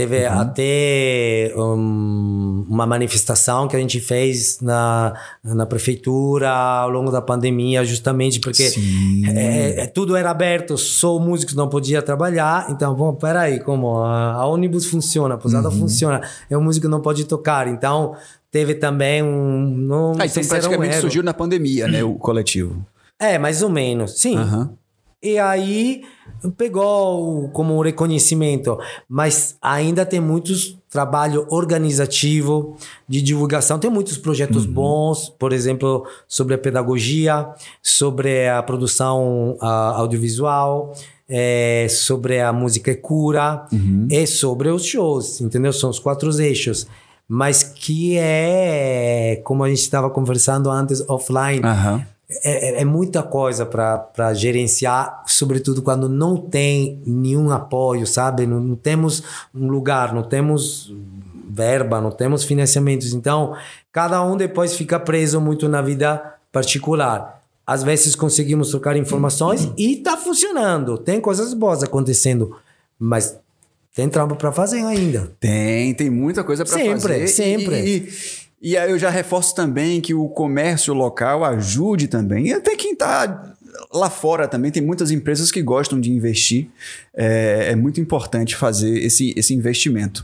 Speaker 8: até uma manifestação que a gente fez na prefeitura ao longo da pandemia, justamente porque tudo era aberto, só músicos não podiam trabalhar. Então, bom, peraí, como a ônibus funciona, a pousada funciona, o músico não pode tocar. Então, teve também não sei
Speaker 5: então
Speaker 8: se era
Speaker 5: praticamente
Speaker 8: ego.
Speaker 5: surgiu na pandemia, né, o coletivo.
Speaker 8: Mais ou menos, sim. E aí pegou como um reconhecimento, mas ainda tem muitos trabalho organizativo de divulgação, tem muitos projetos bons, por exemplo, sobre a pedagogia, sobre a produção audiovisual, sobre a música e cura, e sobre os shows, entendeu? São os 4 eixos. Mas que como a gente estava conversando antes, offline, é muita coisa para gerenciar, sobretudo quando não tem nenhum apoio, sabe? Não temos um lugar, não temos verba, não temos financiamentos. Então, cada um depois fica preso muito na vida particular. Às vezes conseguimos trocar informações e tá funcionando. Tem coisas boas acontecendo, mas tem trampo para fazer ainda.
Speaker 5: Tem muita coisa para fazer.
Speaker 8: Sempre.
Speaker 5: E aí eu já reforço também que o comércio local ajude também. E até quem está lá fora também, tem muitas empresas que gostam de investir. É muito importante fazer esse investimento.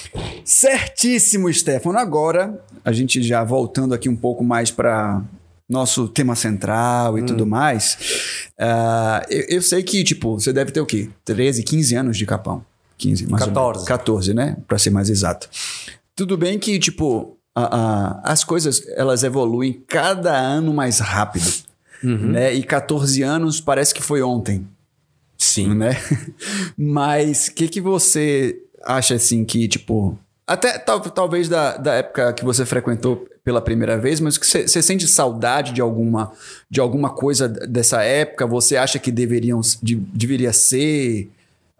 Speaker 5: Certíssimo, Stefano. Agora, a gente já voltando aqui um pouco mais para nosso tema central e tudo mais. Eu sei que, tipo, você deve ter o quê? 13, 15 anos de Capão. 15, mais
Speaker 8: 14.
Speaker 5: 14, né? Para ser mais exato. Tudo bem que, tipo... as coisas, elas evoluem cada ano mais rápido, né? E 14 anos parece que foi ontem.
Speaker 8: Sim.
Speaker 5: Né? Mas o que você acha, assim, que, tipo... Até talvez da época que você frequentou pela primeira vez, mas que você sente saudade de alguma coisa dessa época? Você acha que deveria ser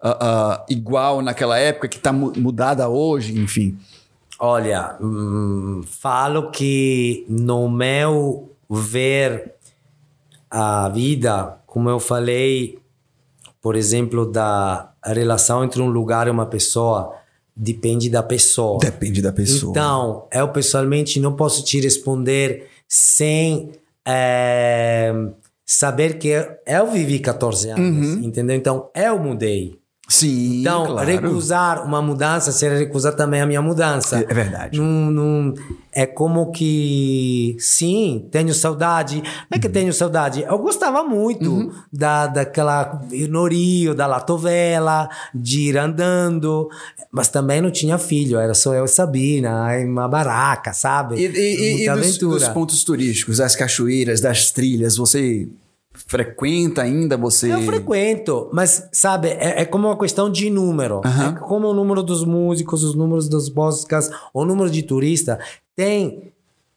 Speaker 5: igual naquela época, que está mudada hoje, enfim...
Speaker 8: Olha, falo que no meu ver a vida, como eu falei, por exemplo, da relação entre um lugar e uma pessoa, depende da pessoa.
Speaker 5: Depende da pessoa.
Speaker 8: Então, eu pessoalmente não posso te responder sem saber que eu vivi 14 anos, entendeu? Então, eu mudei.
Speaker 5: Sim,
Speaker 8: então,
Speaker 5: claro.
Speaker 8: Recusar uma mudança seria recusar também a minha mudança.
Speaker 5: É verdade.
Speaker 8: É como que, sim, tenho saudade. Não é que tenho saudade. Eu gostava muito daquela no Rio, da Latovela, de ir andando. Mas também não tinha filho. Era só eu e Sabina, em uma baraca, sabe?
Speaker 5: E dos pontos turísticos, das cachoeiras, das trilhas, você... frequenta ainda, você...
Speaker 8: Eu frequento, mas, sabe, é como uma questão de número. É como o número dos músicos, os números dos podcasts, o número de turistas. Tem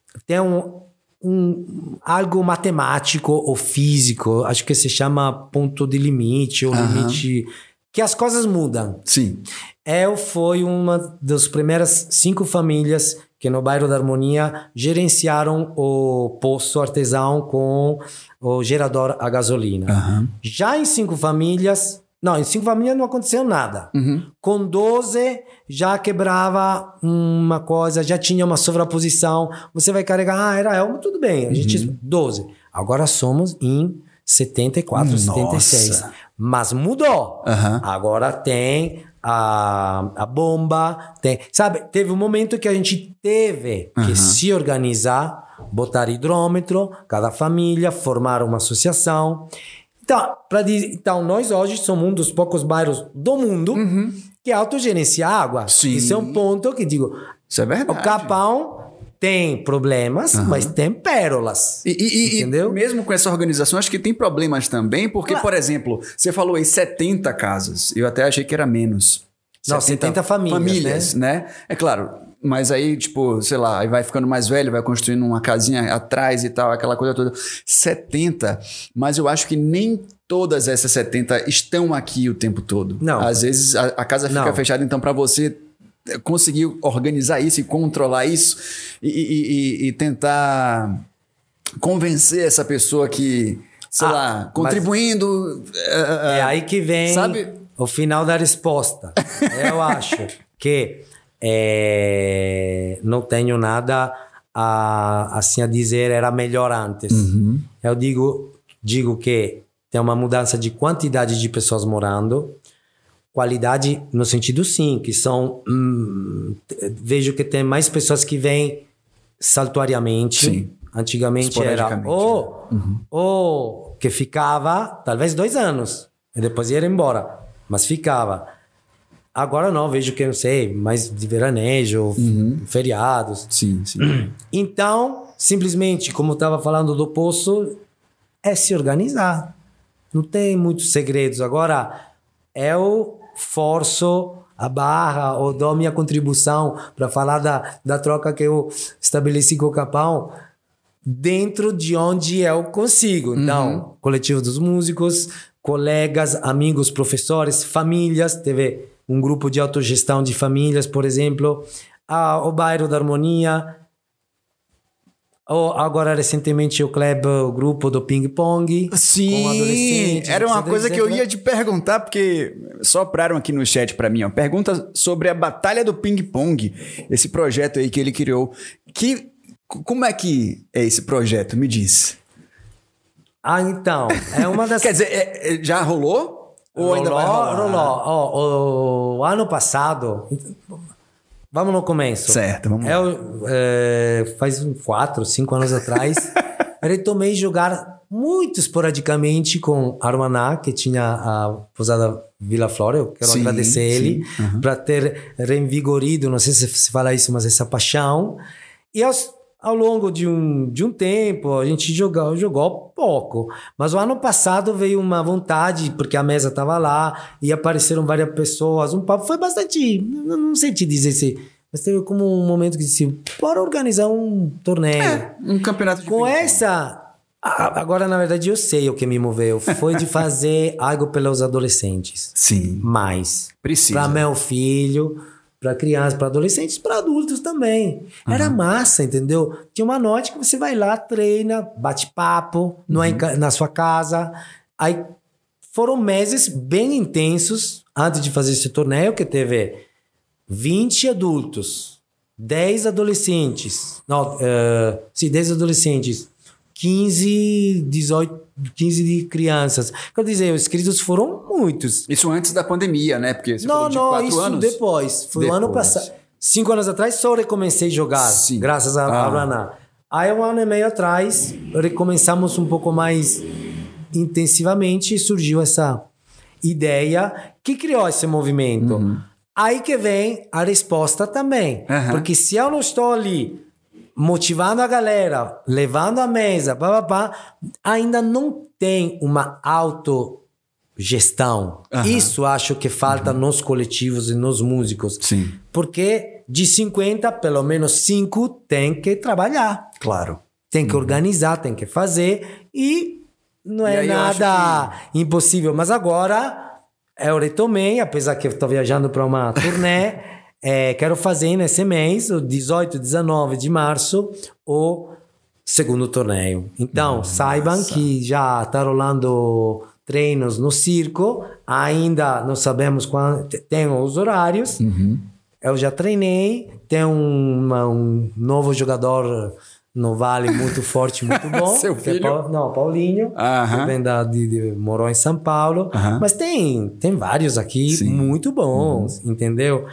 Speaker 8: algo matemático ou físico, acho que se chama ponto de limite, ou limite... Que as coisas mudam.
Speaker 5: Sim.
Speaker 8: Eu fui uma das primeiras 5 famílias que no bairro da Harmonia gerenciaram o poço artesão com o gerador a gasolina. Já em 5 famílias... Não, em 5 famílias não aconteceu nada. Com 12 já quebrava uma coisa, já tinha uma sobreposição. Você vai carregar, era eu, tudo bem. A gente 12. Agora somos em 74, 76. Mas mudou. Agora tem a bomba, tem... Sabe, teve um momento que a gente teve que se organizar, botar hidrômetro, cada família, formar uma associação. Então, nós hoje somos um dos poucos bairros do mundo que autogerencia água.
Speaker 5: Sim.
Speaker 8: Isso é um ponto que digo...
Speaker 5: Isso é verdade.
Speaker 8: O Capão tem problemas, mas tem pérolas. Entendeu?
Speaker 5: Mesmo com essa organização, acho que tem problemas também, porque, por exemplo, você falou aí 70 casas. Eu até achei que era menos.
Speaker 8: Não, 70 famílias,
Speaker 5: né? É claro, Mas aí, tipo, sei lá, aí vai ficando mais velho, vai construindo uma casinha atrás e tal, aquela coisa toda. 70, mas eu acho que nem todas essas 70 estão aqui o tempo todo.
Speaker 8: Não.
Speaker 5: Às vezes a casa fica fechada, então para você conseguir organizar isso e controlar isso e tentar convencer essa pessoa que, sei lá, contribuindo...
Speaker 8: É aí que vem, sabe, o final da resposta. Eu acho que não tenho nada a dizer era melhor antes. Eu digo que tem uma mudança de quantidade de pessoas morando, qualidade no sentido sim, que são vejo que tem mais pessoas que vêm saltuariamente. Sim. Antigamente era ou que ficava talvez 2 anos e depois ia embora, mas ficava. Agora não, vejo que, não sei, mais de veranejo, feriados.
Speaker 5: Sim.
Speaker 8: Então, simplesmente, como eu estava falando do poço, é se organizar. Não tem muitos segredos. Agora, eu forço a barra ou dou minha contribuição para falar da troca que eu estabeleci com o Capão dentro de onde eu consigo. Então, coletivo dos músicos, colegas, amigos, professores, famílias, teve um grupo de autogestão de famílias, por exemplo, o bairro da Harmonia, ou agora recentemente o grupo do Ping Pong.
Speaker 5: Sim, com adolescentes. Era uma coisa que eu ia te perguntar, porque sopraram aqui no chat para mim, ó, pergunta sobre a Batalha do Ping Pong, esse projeto aí que ele criou. Como é que é esse projeto? Me diz.
Speaker 8: Então, é uma das...
Speaker 5: Quer dizer, já rolou? Ou ainda vai rolar?
Speaker 8: Rolou. O ano passado... Vamos no começo.
Speaker 5: Certo, vamos lá.
Speaker 8: Faz 4, 5 anos atrás, retomei jogar muito esporadicamente com Armaná, que tinha a pousada Vila Flora. Eu quero agradecer ele para ter reinvigorado, não sei se fala isso, mas essa paixão. E ao longo de um tempo, a gente jogou pouco. Mas o ano passado veio uma vontade, porque a mesa estava lá, e apareceram várias pessoas. Um papo foi bastante... Não sei te dizer se... Mas teve como um momento que disse, bora organizar um torneio.
Speaker 5: Um campeonato de
Speaker 8: com essa... Agora, na verdade, eu sei o que me moveu. Foi de fazer algo pelos adolescentes.
Speaker 5: Sim.
Speaker 8: Mais.
Speaker 5: Precisa.
Speaker 8: Para meu filho... para crianças, para adolescentes, para adultos também. Era massa, entendeu? Tinha uma noite que você vai lá, treina, bate papo, na sua casa. Aí foram meses bem intensos antes de fazer esse torneio, que teve 20 adultos, 10 adolescentes. Não, 10 adolescentes, 15 de crianças. Quer dizer, os inscritos foram muitos.
Speaker 5: Isso antes da pandemia, né? Porque você falou de 4 anos.
Speaker 8: Depois. Foi o ano passado. 5 anos atrás só recomecei a jogar, graças a Araná. Aí 1 ano e meio atrás, recomeçamos um pouco mais intensivamente e surgiu essa ideia que criou esse movimento. Aí que vem a resposta também. Porque se eu não estou ali motivando a galera, levando a mesa, ainda não tem uma autogestão. Isso acho que falta nos coletivos e nos músicos.
Speaker 5: Sim.
Speaker 8: Porque de 50, pelo menos 5 tem que trabalhar.
Speaker 5: Claro.
Speaker 8: Tem que organizar, tem que fazer e não é nada impossível. Mas agora eu retomei, apesar que eu estou viajando para uma turnê. Quero fazer nesse mês, o 18 e 19 de março, o segundo torneio. Então, saibam que já está rolando treinos no circo. Ainda não sabemos quando. Tem os horários. Eu já treinei. Tem um novo jogador no Vale muito forte, muito bom.
Speaker 5: Seu filho?
Speaker 8: Paulinho. Que vem morou em São Paulo. Mas tem vários aqui muito bons, entendeu?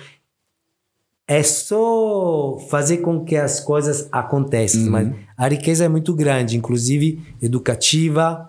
Speaker 8: É só fazer com que as coisas aconteçam. Mas a riqueza é muito grande, inclusive educativa,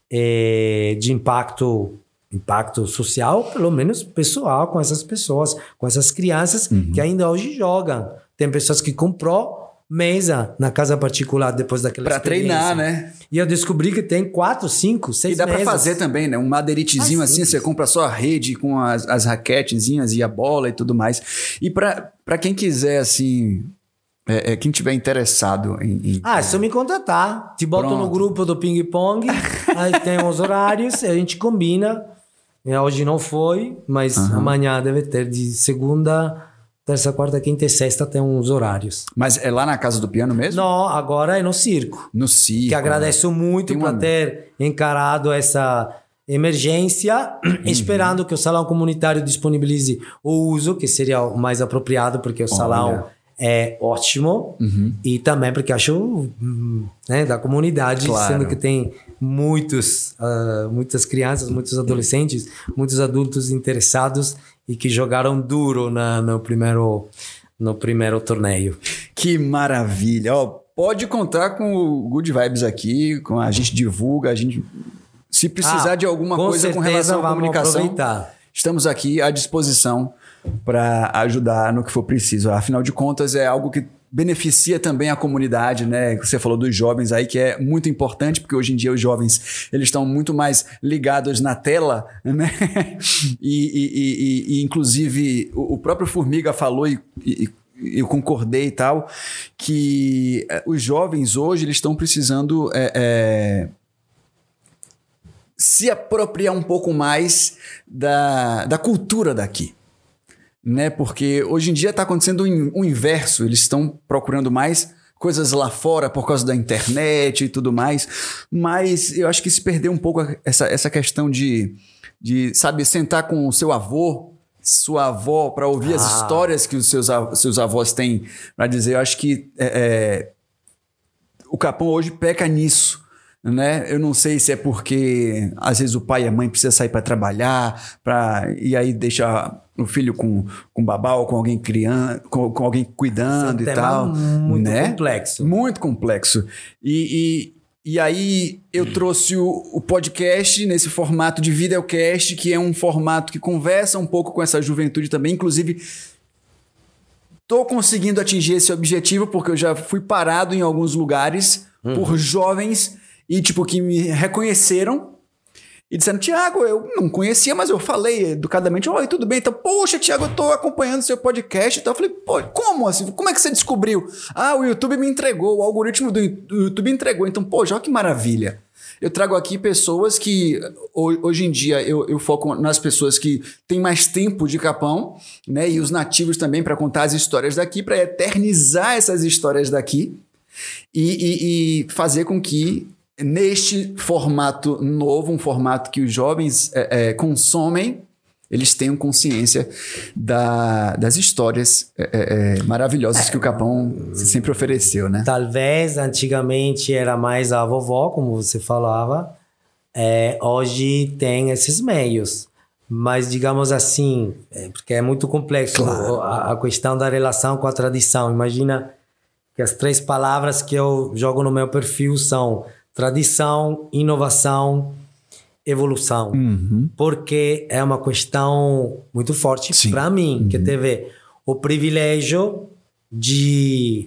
Speaker 8: de impacto social, pelo menos pessoal, com essas pessoas, com essas crianças que ainda hoje jogam. Tem pessoas que comprou mesa na casa particular depois daquela experiência.
Speaker 5: Pra treinar, né?
Speaker 8: E eu descobri que tem 4, 5, 6
Speaker 5: E dá
Speaker 8: mesas.
Speaker 5: pra fazer também, né? Um madeiritezinho assim, você compra só a rede com as raquetezinhas e a bola e tudo mais. E pra quem quiser, assim... quem tiver interessado em...
Speaker 8: É só me contratar. Te boto no grupo do ping-pong, aí tem os horários, a gente combina. Hoje não foi, mas amanhã deve ter de segunda, terça, quarta, quinta e sexta tem uns horários.
Speaker 5: Mas é lá na Casa do Piano mesmo?
Speaker 8: Não, agora é no circo.
Speaker 5: No circo.
Speaker 8: Que agradeço muito por ter encarado essa emergência, esperando que o salão comunitário disponibilize o uso, que seria o mais apropriado, porque o salão é ótimo. E também porque acho da comunidade, sendo que tem muitas crianças, muitos adolescentes, muitos adultos interessados e que jogaram duro no primeiro torneio.
Speaker 5: Que maravilha! Pode contar com o Good Vibes aqui, com a gente divulga, a gente... Se precisar de alguma coisa com relação à comunicação,
Speaker 8: aproveitar.
Speaker 5: Estamos aqui à disposição para ajudar no que for preciso. Afinal de contas, é algo que beneficia também a comunidade, né? Você falou dos jovens aí, que é muito importante, porque hoje em dia os jovens eles estão muito mais ligados na tela, né? E inclusive o próprio Formiga falou e eu concordei e tal, que os jovens hoje eles estão precisando se apropriar um pouco mais da cultura daqui. Né? Porque hoje em dia está acontecendo o inverso, eles estão procurando mais coisas lá fora por causa da internet e tudo mais, mas eu acho que se perdeu um pouco essa questão de sabe, sentar com o seu avô, sua avó, para ouvir as histórias que os seus avós têm para dizer. Eu acho que o Capão hoje peca nisso. Né? Eu não sei se é porque às vezes o pai e a mãe precisam sair para trabalhar e aí deixa o filho com babá ou com alguém criando, com alguém cuidando e tal.
Speaker 8: Muito
Speaker 5: né?
Speaker 8: complexo.
Speaker 5: Muito complexo. E aí eu trouxe o podcast nesse formato de videocast, que é um formato que conversa um pouco com essa juventude também. Inclusive, estou conseguindo atingir esse objetivo porque eu já fui parado em alguns lugares por jovens e, tipo, que me reconheceram e disseram: Thiago, eu não conhecia, mas eu falei educadamente: oi, tudo bem? Então, poxa, Thiago, eu tô acompanhando seu podcast e tal. Eu falei: pô, como assim? Como é que você descobriu? O YouTube me entregou, o algoritmo do YouTube entregou. Então, poxa, olha que maravilha. Eu trago aqui pessoas que, hoje em dia, eu foco nas pessoas que têm mais tempo de Capão, né? E os nativos também, para contar as histórias daqui, para eternizar essas histórias daqui e fazer com que neste formato novo, um formato que os jovens consomem, eles tenham consciência das histórias maravilhosas que o Capão sempre ofereceu, né?
Speaker 8: Talvez antigamente era mais a vovó, como você falava. Hoje tem esses meios. Mas, digamos assim, porque é muito complexo, claro, a questão da relação com a tradição. Imagina que as 3 palavras que eu jogo no meu perfil são tradição, inovação, evolução. Porque é uma questão muito forte para mim, que teve o privilégio de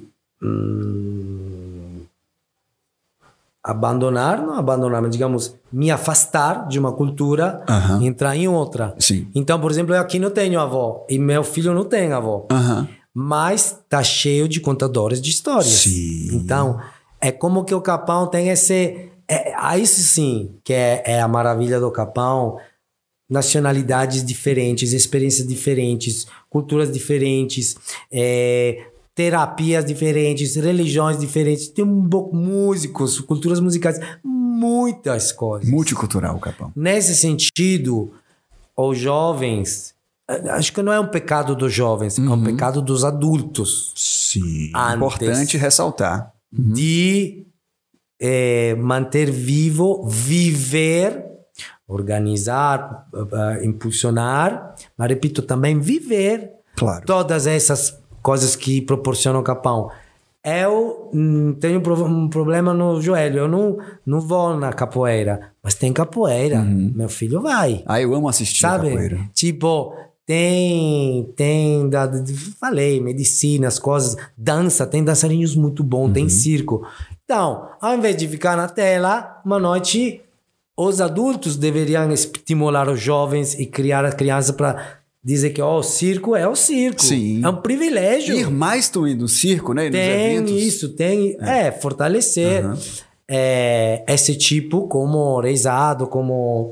Speaker 8: não abandonar, mas digamos, me afastar de uma cultura e entrar em outra.
Speaker 5: Sim.
Speaker 8: Então, por exemplo, eu aqui não tenho avó e meu filho não tem avó. Mas tá cheio de contadores de histórias.
Speaker 5: Sim.
Speaker 8: Então, é como que o Capão tem esse... isso sim, que é a maravilha do Capão. Nacionalidades diferentes, experiências diferentes, culturas diferentes, terapias diferentes, religiões diferentes. Tem músicos, culturas musicais, muitas coisas.
Speaker 5: Multicultural, Capão.
Speaker 8: Nesse sentido, os jovens... Acho que não é um pecado dos jovens, é um pecado dos adultos.
Speaker 5: Sim, importante ressaltar.
Speaker 8: De manter vivo, viver, organizar, impulsionar, mas repito, também viver todas essas coisas que proporcionam o Capão. Eu tenho um problema no joelho, eu não vou na capoeira, mas tem capoeira, meu filho vai.
Speaker 5: Eu amo assistir capoeira.
Speaker 8: Tipo, Tem, falei, medicina, as coisas, dança, tem dançarinos muito bons, tem circo. Então, ao invés de ficar na tela, uma noite, os adultos deveriam estimular os jovens e criar as crianças para dizer que o circo é o circo.
Speaker 5: Sim.
Speaker 8: É um privilégio.
Speaker 5: Ir mais também no circo, né? Nos eventos.
Speaker 8: Isso, tem. Fortalecer esse tipo como Reisado, como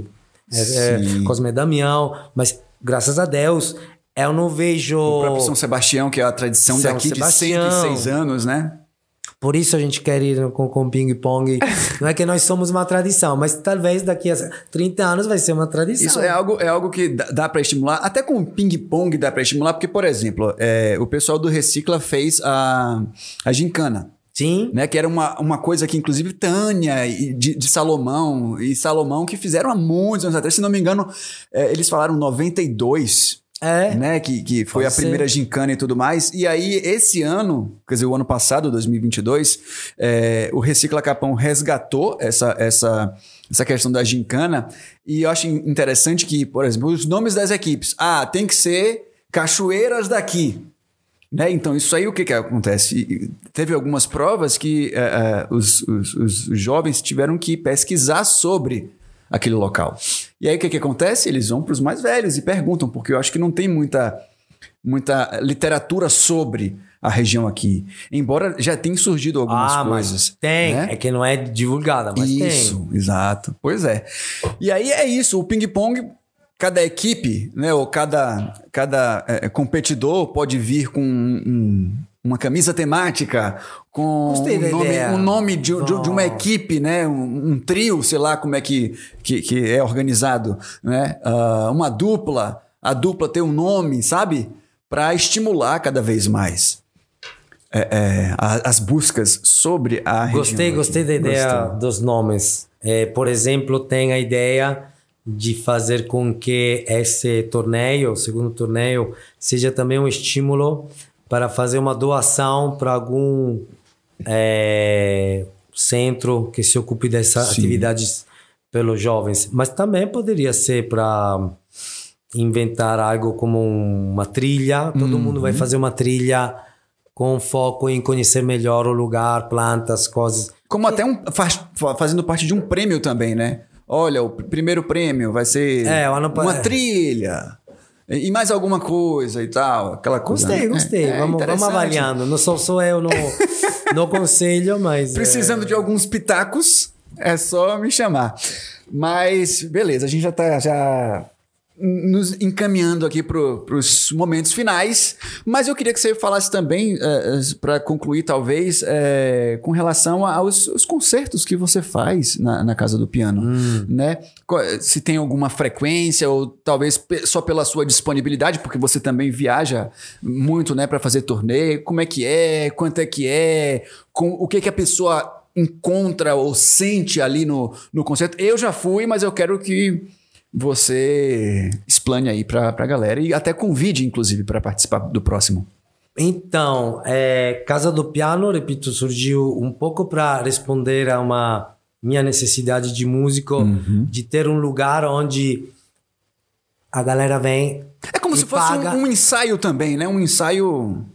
Speaker 8: Cosme Damião, mas graças a Deus eu não vejo...
Speaker 5: O próprio São Sebastião, que é a tradição
Speaker 8: São
Speaker 5: daqui
Speaker 8: Sebastião.
Speaker 5: de 106 anos, né?
Speaker 8: Por isso a gente quer ir com ping-pong. Não é que nós somos uma tradição, mas talvez daqui a 30 anos vai ser uma tradição.
Speaker 5: Isso é algo que dá para estimular. Até com o ping-pong dá para estimular, porque, por exemplo, o pessoal do Recicla fez a gincana.
Speaker 8: Sim.
Speaker 5: Né, que era uma coisa que, inclusive, Tânia de Salomão e Salomão que fizeram há muitos anos atrás. Se não me engano, eles falaram 92... né? Que foi a primeira gincana e tudo mais. E aí, esse ano, quer dizer, o ano passado, 2022, o Recicla Capão resgatou essa questão da gincana. E eu acho interessante que, por exemplo, os nomes das equipes. Tem que ser Cachoeiras daqui. Né? Então, isso aí, o que acontece? Teve algumas provas que os jovens tiveram que pesquisar sobre aquele local. E aí o que acontece? Eles vão para os mais velhos e perguntam, porque eu acho que não tem muita literatura sobre a região aqui. Embora já tenha surgido algumas coisas.
Speaker 8: Tem,
Speaker 5: né?
Speaker 8: É que não é divulgada, mas tem.
Speaker 5: Isso, exato. Pois é. E aí é isso, o ping-pong, cada equipe, né, ou cada competidor pode vir com uma camisa temática, com um nome de uma equipe, né? Um trio, sei lá como é que é organizado, né? Uma dupla, a dupla tem um nome, sabe? Para estimular cada vez mais as buscas sobre a região.
Speaker 8: Gostei da ideia dos nomes. Por exemplo, tem a ideia de fazer com que esse torneio, o segundo torneio, seja também um estímulo para fazer uma doação para algum centro que se ocupe dessas atividades pelos jovens. Mas também poderia ser para inventar algo como uma trilha. Todo mundo vai fazer uma trilha com foco em conhecer melhor o lugar, plantas, coisas.
Speaker 5: Como até fazendo parte de um prêmio também, né? Olha, o primeiro prêmio vai ser uma trilha. E mais alguma coisa e tal, aquela coisa.
Speaker 8: Gostei. Vamos avaliando. Não sou eu no conselho, mas...
Speaker 5: Precisando de alguns pitacos, é só me chamar. Mas, beleza, a gente já está nos encaminhando aqui para os momentos finais. Mas eu queria que você falasse também, para concluir talvez, com relação aos concertos que você faz na Casa do Piano. Né? Se tem alguma frequência ou talvez só pela sua disponibilidade, porque você também viaja muito, né, para fazer turnê. Como é que é? Quanto é que é? O que a pessoa encontra ou sente ali no concerto? Eu já fui, mas eu quero que você explane aí pra galera e até convide, inclusive, para participar do próximo.
Speaker 8: Então, Casa do Piano, repito, surgiu um pouco para responder a uma minha necessidade de músico, de ter um lugar onde a galera vem. É como se fosse
Speaker 5: um ensaio também, né? Um ensaio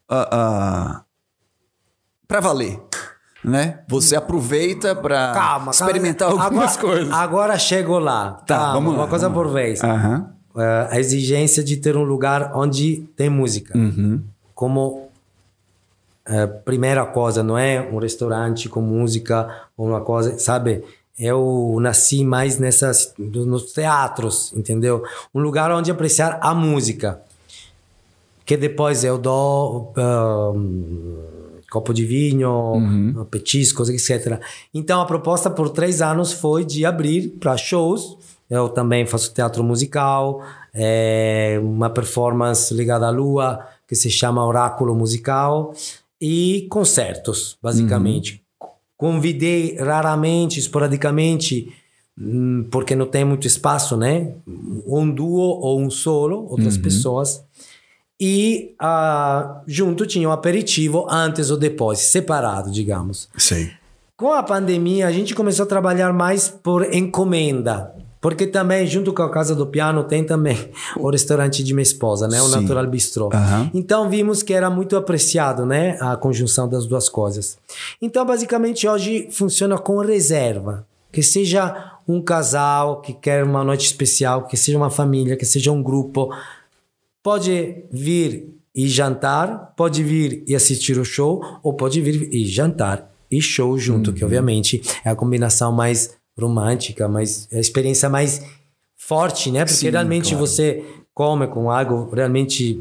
Speaker 5: para valer. Né? Você aproveita para experimentar algumas coisas.
Speaker 8: Agora chego lá.
Speaker 5: Tá, vamos lá.
Speaker 8: Uma coisa por vez. A exigência de ter um lugar onde tem música. Como primeira coisa, não é um restaurante com música ou uma coisa, sabe? Eu nasci mais nos teatros, entendeu? Um lugar onde apreciar a música. Que depois eu dou... copo de vinho, petiscos, etc. Então, a proposta por 3 anos foi de abrir para shows. Eu também faço teatro musical, uma performance ligada à lua, que se chama Oráculo Musical, e concertos, basicamente. Convidei raramente, esporadicamente, porque não tem muito espaço, né? Um duo ou um solo, outras pessoas. E junto tinha um aperitivo antes ou depois, separado, digamos.
Speaker 5: Sei.
Speaker 8: Com a pandemia, a gente começou a trabalhar mais por encomenda. Porque também, junto com a Casa do Piano, tem também o restaurante de minha esposa, né? O
Speaker 5: Sim.
Speaker 8: Natural Bistro. Então, vimos que era muito apreciado, né? A conjunção das duas coisas. Então, basicamente, hoje funciona com reserva. Que seja um casal que quer uma noite especial, que seja uma família, que seja um grupo. Pode vir e jantar, pode vir e assistir o show, ou pode vir e jantar e show junto, que obviamente é a combinação mais romântica, mais a experiência mais forte, né? Porque realmente você come com algo realmente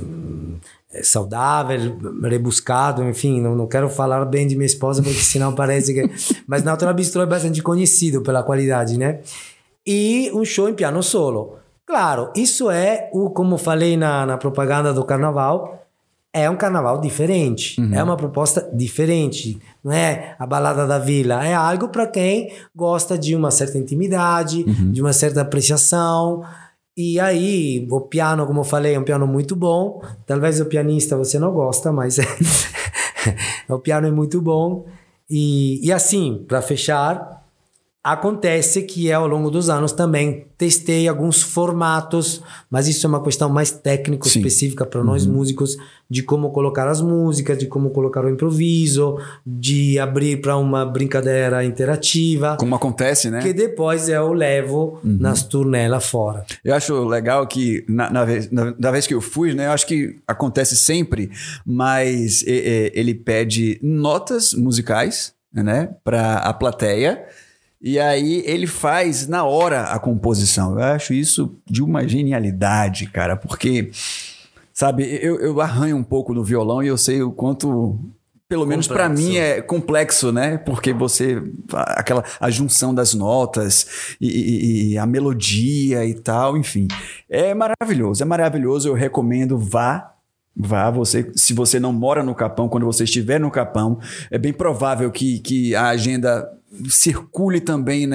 Speaker 8: saudável, rebuscado, enfim, não quero falar bem de minha esposa porque senão parece que... Mas Natural Bistro é bastante conhecido pela qualidade, né? E um show em piano solo. Claro, isso é como falei na propaganda do carnaval, é um carnaval diferente, é uma proposta diferente, não é a balada da vila, é algo para quem gosta de uma certa intimidade, de uma certa apreciação. E aí, o piano, como eu falei, é um piano muito bom. Talvez o pianista você não gosta, mas o piano é muito bom. E assim, para fechar, acontece que ao longo dos anos também testei alguns formatos, mas isso é uma questão mais técnica, específica para nós músicos, de como colocar as músicas, de como colocar o improviso, de abrir para uma brincadeira interativa.
Speaker 5: Como acontece, né?
Speaker 8: Que depois eu levo nas turnê lá fora.
Speaker 5: Eu acho legal que na vez que eu fui, né? Eu acho que acontece sempre, mas ele pede notas musicais, né? Para a plateia. E aí ele faz na hora a composição. Eu acho isso de uma genialidade, cara, porque, sabe, eu arranho um pouco no violão e eu sei o quanto, pelo menos para mim, é complexo, né? Porque a junção das notas e a melodia e tal, enfim. É maravilhoso, eu recomendo, vá, se você não mora no Capão, quando você estiver no Capão, é bem provável que a agenda circule também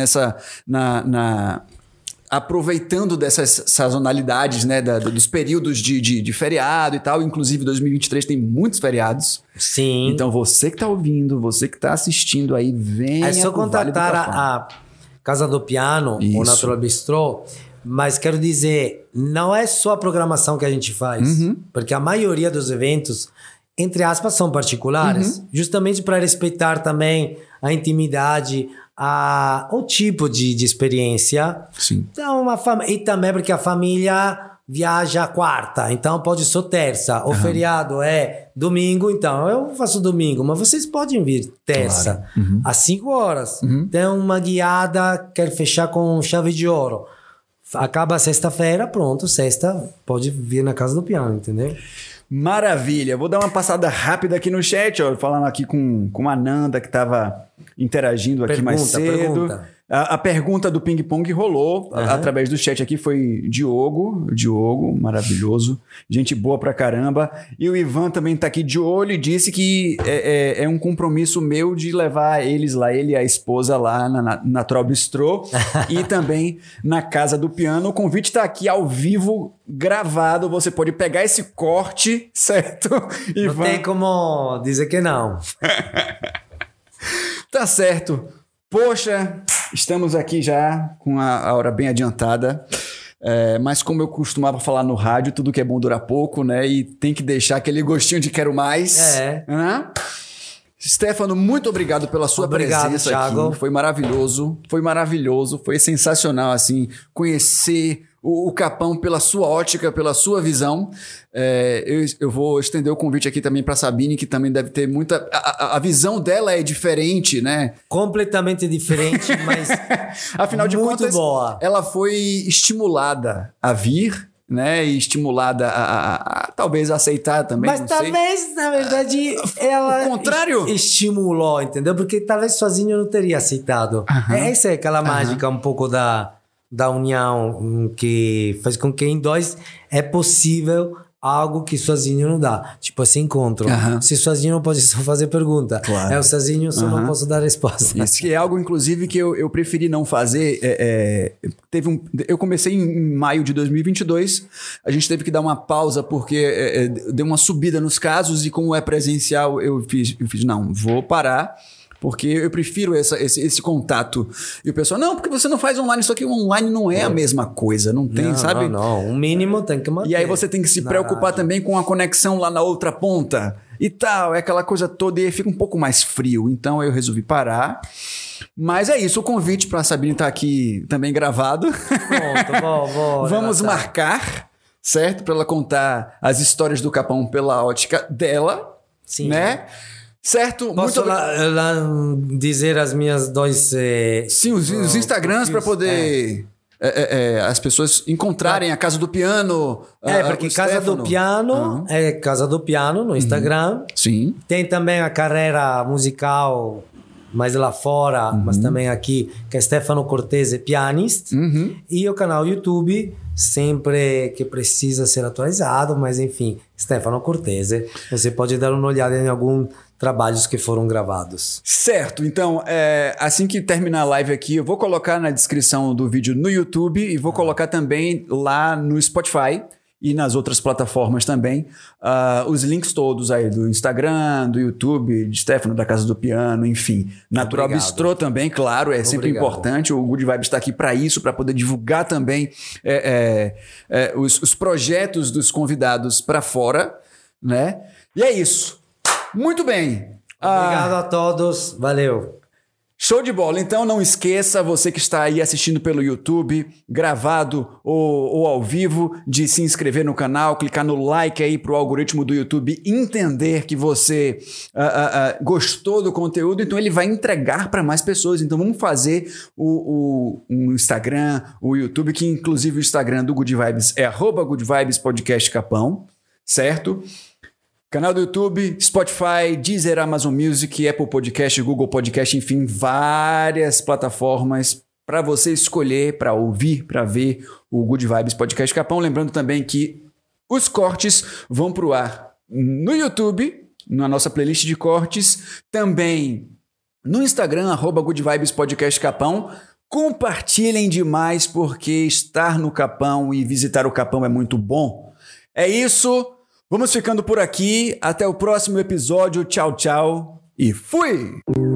Speaker 5: aproveitando dessas sazonalidades, né, dos períodos de feriado e tal. Inclusive 2023 tem muitos feriados.
Speaker 8: Sim.
Speaker 5: Então você que tá ouvindo, você que tá assistindo aí, venha.
Speaker 8: É só contatar a Casa do Piano, o Natural Bistro. Mas quero dizer, não é só a programação que a gente faz, porque a maioria dos eventos, entre aspas, são particulares, justamente para respeitar também a intimidade, o tipo de experiência.
Speaker 5: Sim.
Speaker 8: Então, e também porque a família viaja quarta, então pode ser terça. O feriado é domingo, então eu faço domingo, mas vocês podem vir terça, às 5 horas. Tem uma guiada, quer fechar com chave de ouro. Acaba sexta-feira, pronto, sexta pode vir na Casa do Piano, entendeu?
Speaker 5: Maravilha, vou dar uma passada rápida aqui no chat, ó, falando aqui com a Nanda, que estava interagindo aqui mais cedo.
Speaker 8: Pergunta.
Speaker 5: A pergunta do ping-pong rolou através do chat aqui, foi Diogo, maravilhoso, gente boa pra caramba. E o Ivan também tá aqui de olho e disse que é um compromisso meu de levar eles lá, ele e a esposa lá na Natural Bistro e também na Casa do Piano. O convite tá aqui ao vivo, gravado, você pode pegar esse corte, certo? Ivan?
Speaker 8: Não tem como dizer que não.
Speaker 5: Tá certo. Poxa, estamos aqui já com a hora bem adiantada, mas como eu costumava falar no rádio, tudo que é bom dura pouco, né? E tem que deixar aquele gostinho de quero mais. Stefano, muito obrigado pela sua presença
Speaker 8: Thiago.
Speaker 5: Aqui. Foi maravilhoso, foi sensacional, assim, conhecer o Capão pela sua ótica, pela sua visão. Eu vou estender o convite aqui também para Sabine, que também deve ter muita... A visão dela é diferente, né?
Speaker 8: Completamente diferente, mas
Speaker 5: afinal de
Speaker 8: muito
Speaker 5: contas,
Speaker 8: boa. Ela
Speaker 5: foi estimulada a vir, né? E estimulada a talvez aceitar também.
Speaker 8: Mas talvez, na verdade, ela...
Speaker 5: O contrário?
Speaker 8: Estimulou, entendeu? Porque talvez sozinho não teria aceitado. Essa é aquela mágica um pouco da união, que faz com que em dois é possível algo que sozinho não dá. Tipo, esse encontro. Se sozinho não pode só fazer pergunta. Claro. Eu sozinho só não posso dar resposta.
Speaker 5: Isso é algo, inclusive, que eu preferi não fazer. Eu comecei em maio de 2022. A gente teve que dar uma pausa porque deu uma subida nos casos e como é presencial, eu fiz não, vou parar. Porque eu prefiro esse contato. E o pessoal, não, porque você não faz online, só que o online não é a mesma coisa, não tem, sabe?
Speaker 8: Não, o mínimo tem que manter.
Speaker 5: E aí você tem que se preocupar também com a conexão lá na outra ponta e tal, é aquela coisa toda, e aí fica um pouco mais frio. Então eu resolvi parar. Mas é isso, o convite para a Sabine estar aqui também gravado.
Speaker 8: Pronto, vou
Speaker 5: Vamos marcar, certo? Para ela contar as histórias do Capão pela ótica dela.
Speaker 8: Sim.
Speaker 5: Né? Certo?
Speaker 8: Posso lá dizer as minhas dois...
Speaker 5: Sim, os Instagrams para poder... as pessoas encontrarem a Casa do Piano.
Speaker 8: Porque Casa do Piano é Casa do Piano no Instagram.
Speaker 5: Sim.
Speaker 8: Tem também a carreira musical mais lá fora, mas também aqui, que é Stefano Cortese Pianist. E o canal YouTube, sempre que precisa ser atualizado, mas enfim, Stefano Cortese. Você pode dar uma olhada em alguns trabalhos que foram gravados.
Speaker 5: Certo, então assim que terminar a live aqui, eu vou colocar na descrição do vídeo no YouTube e vou colocar também lá no Spotify e nas outras plataformas também, os links todos aí do Instagram, do YouTube, de Stefano, da Casa do Piano, enfim. Natural Bistrô também, claro, sempre importante. O Good Vibes está aqui para isso, para poder divulgar também os projetos dos convidados para fora, né? E é isso. Muito bem.
Speaker 8: Obrigado a todos. Valeu.
Speaker 5: Show de bola. Então não esqueça, você que está aí assistindo pelo YouTube, gravado ou ao vivo, de se inscrever no canal, clicar no like aí para o algoritmo do YouTube entender que você gostou do conteúdo, então ele vai entregar para mais pessoas. Então vamos fazer o Instagram, o YouTube, que inclusive o Instagram do Good Vibes é @GoodVibesPodcastCapão, certo? Canal do YouTube, Spotify, Deezer, Amazon Music, Apple Podcast, Google Podcast, enfim, várias plataformas para você escolher, para ouvir, para ver o Good Vibes Podcast Capão. Lembrando também que os cortes vão para o ar no YouTube, na nossa playlist de cortes, também no Instagram, @Good Vibes Podcast Capão. Compartilhem demais, porque estar no Capão e visitar o Capão é muito bom. É isso. Vamos ficando por aqui. Até o próximo episódio. Tchau, tchau e fui!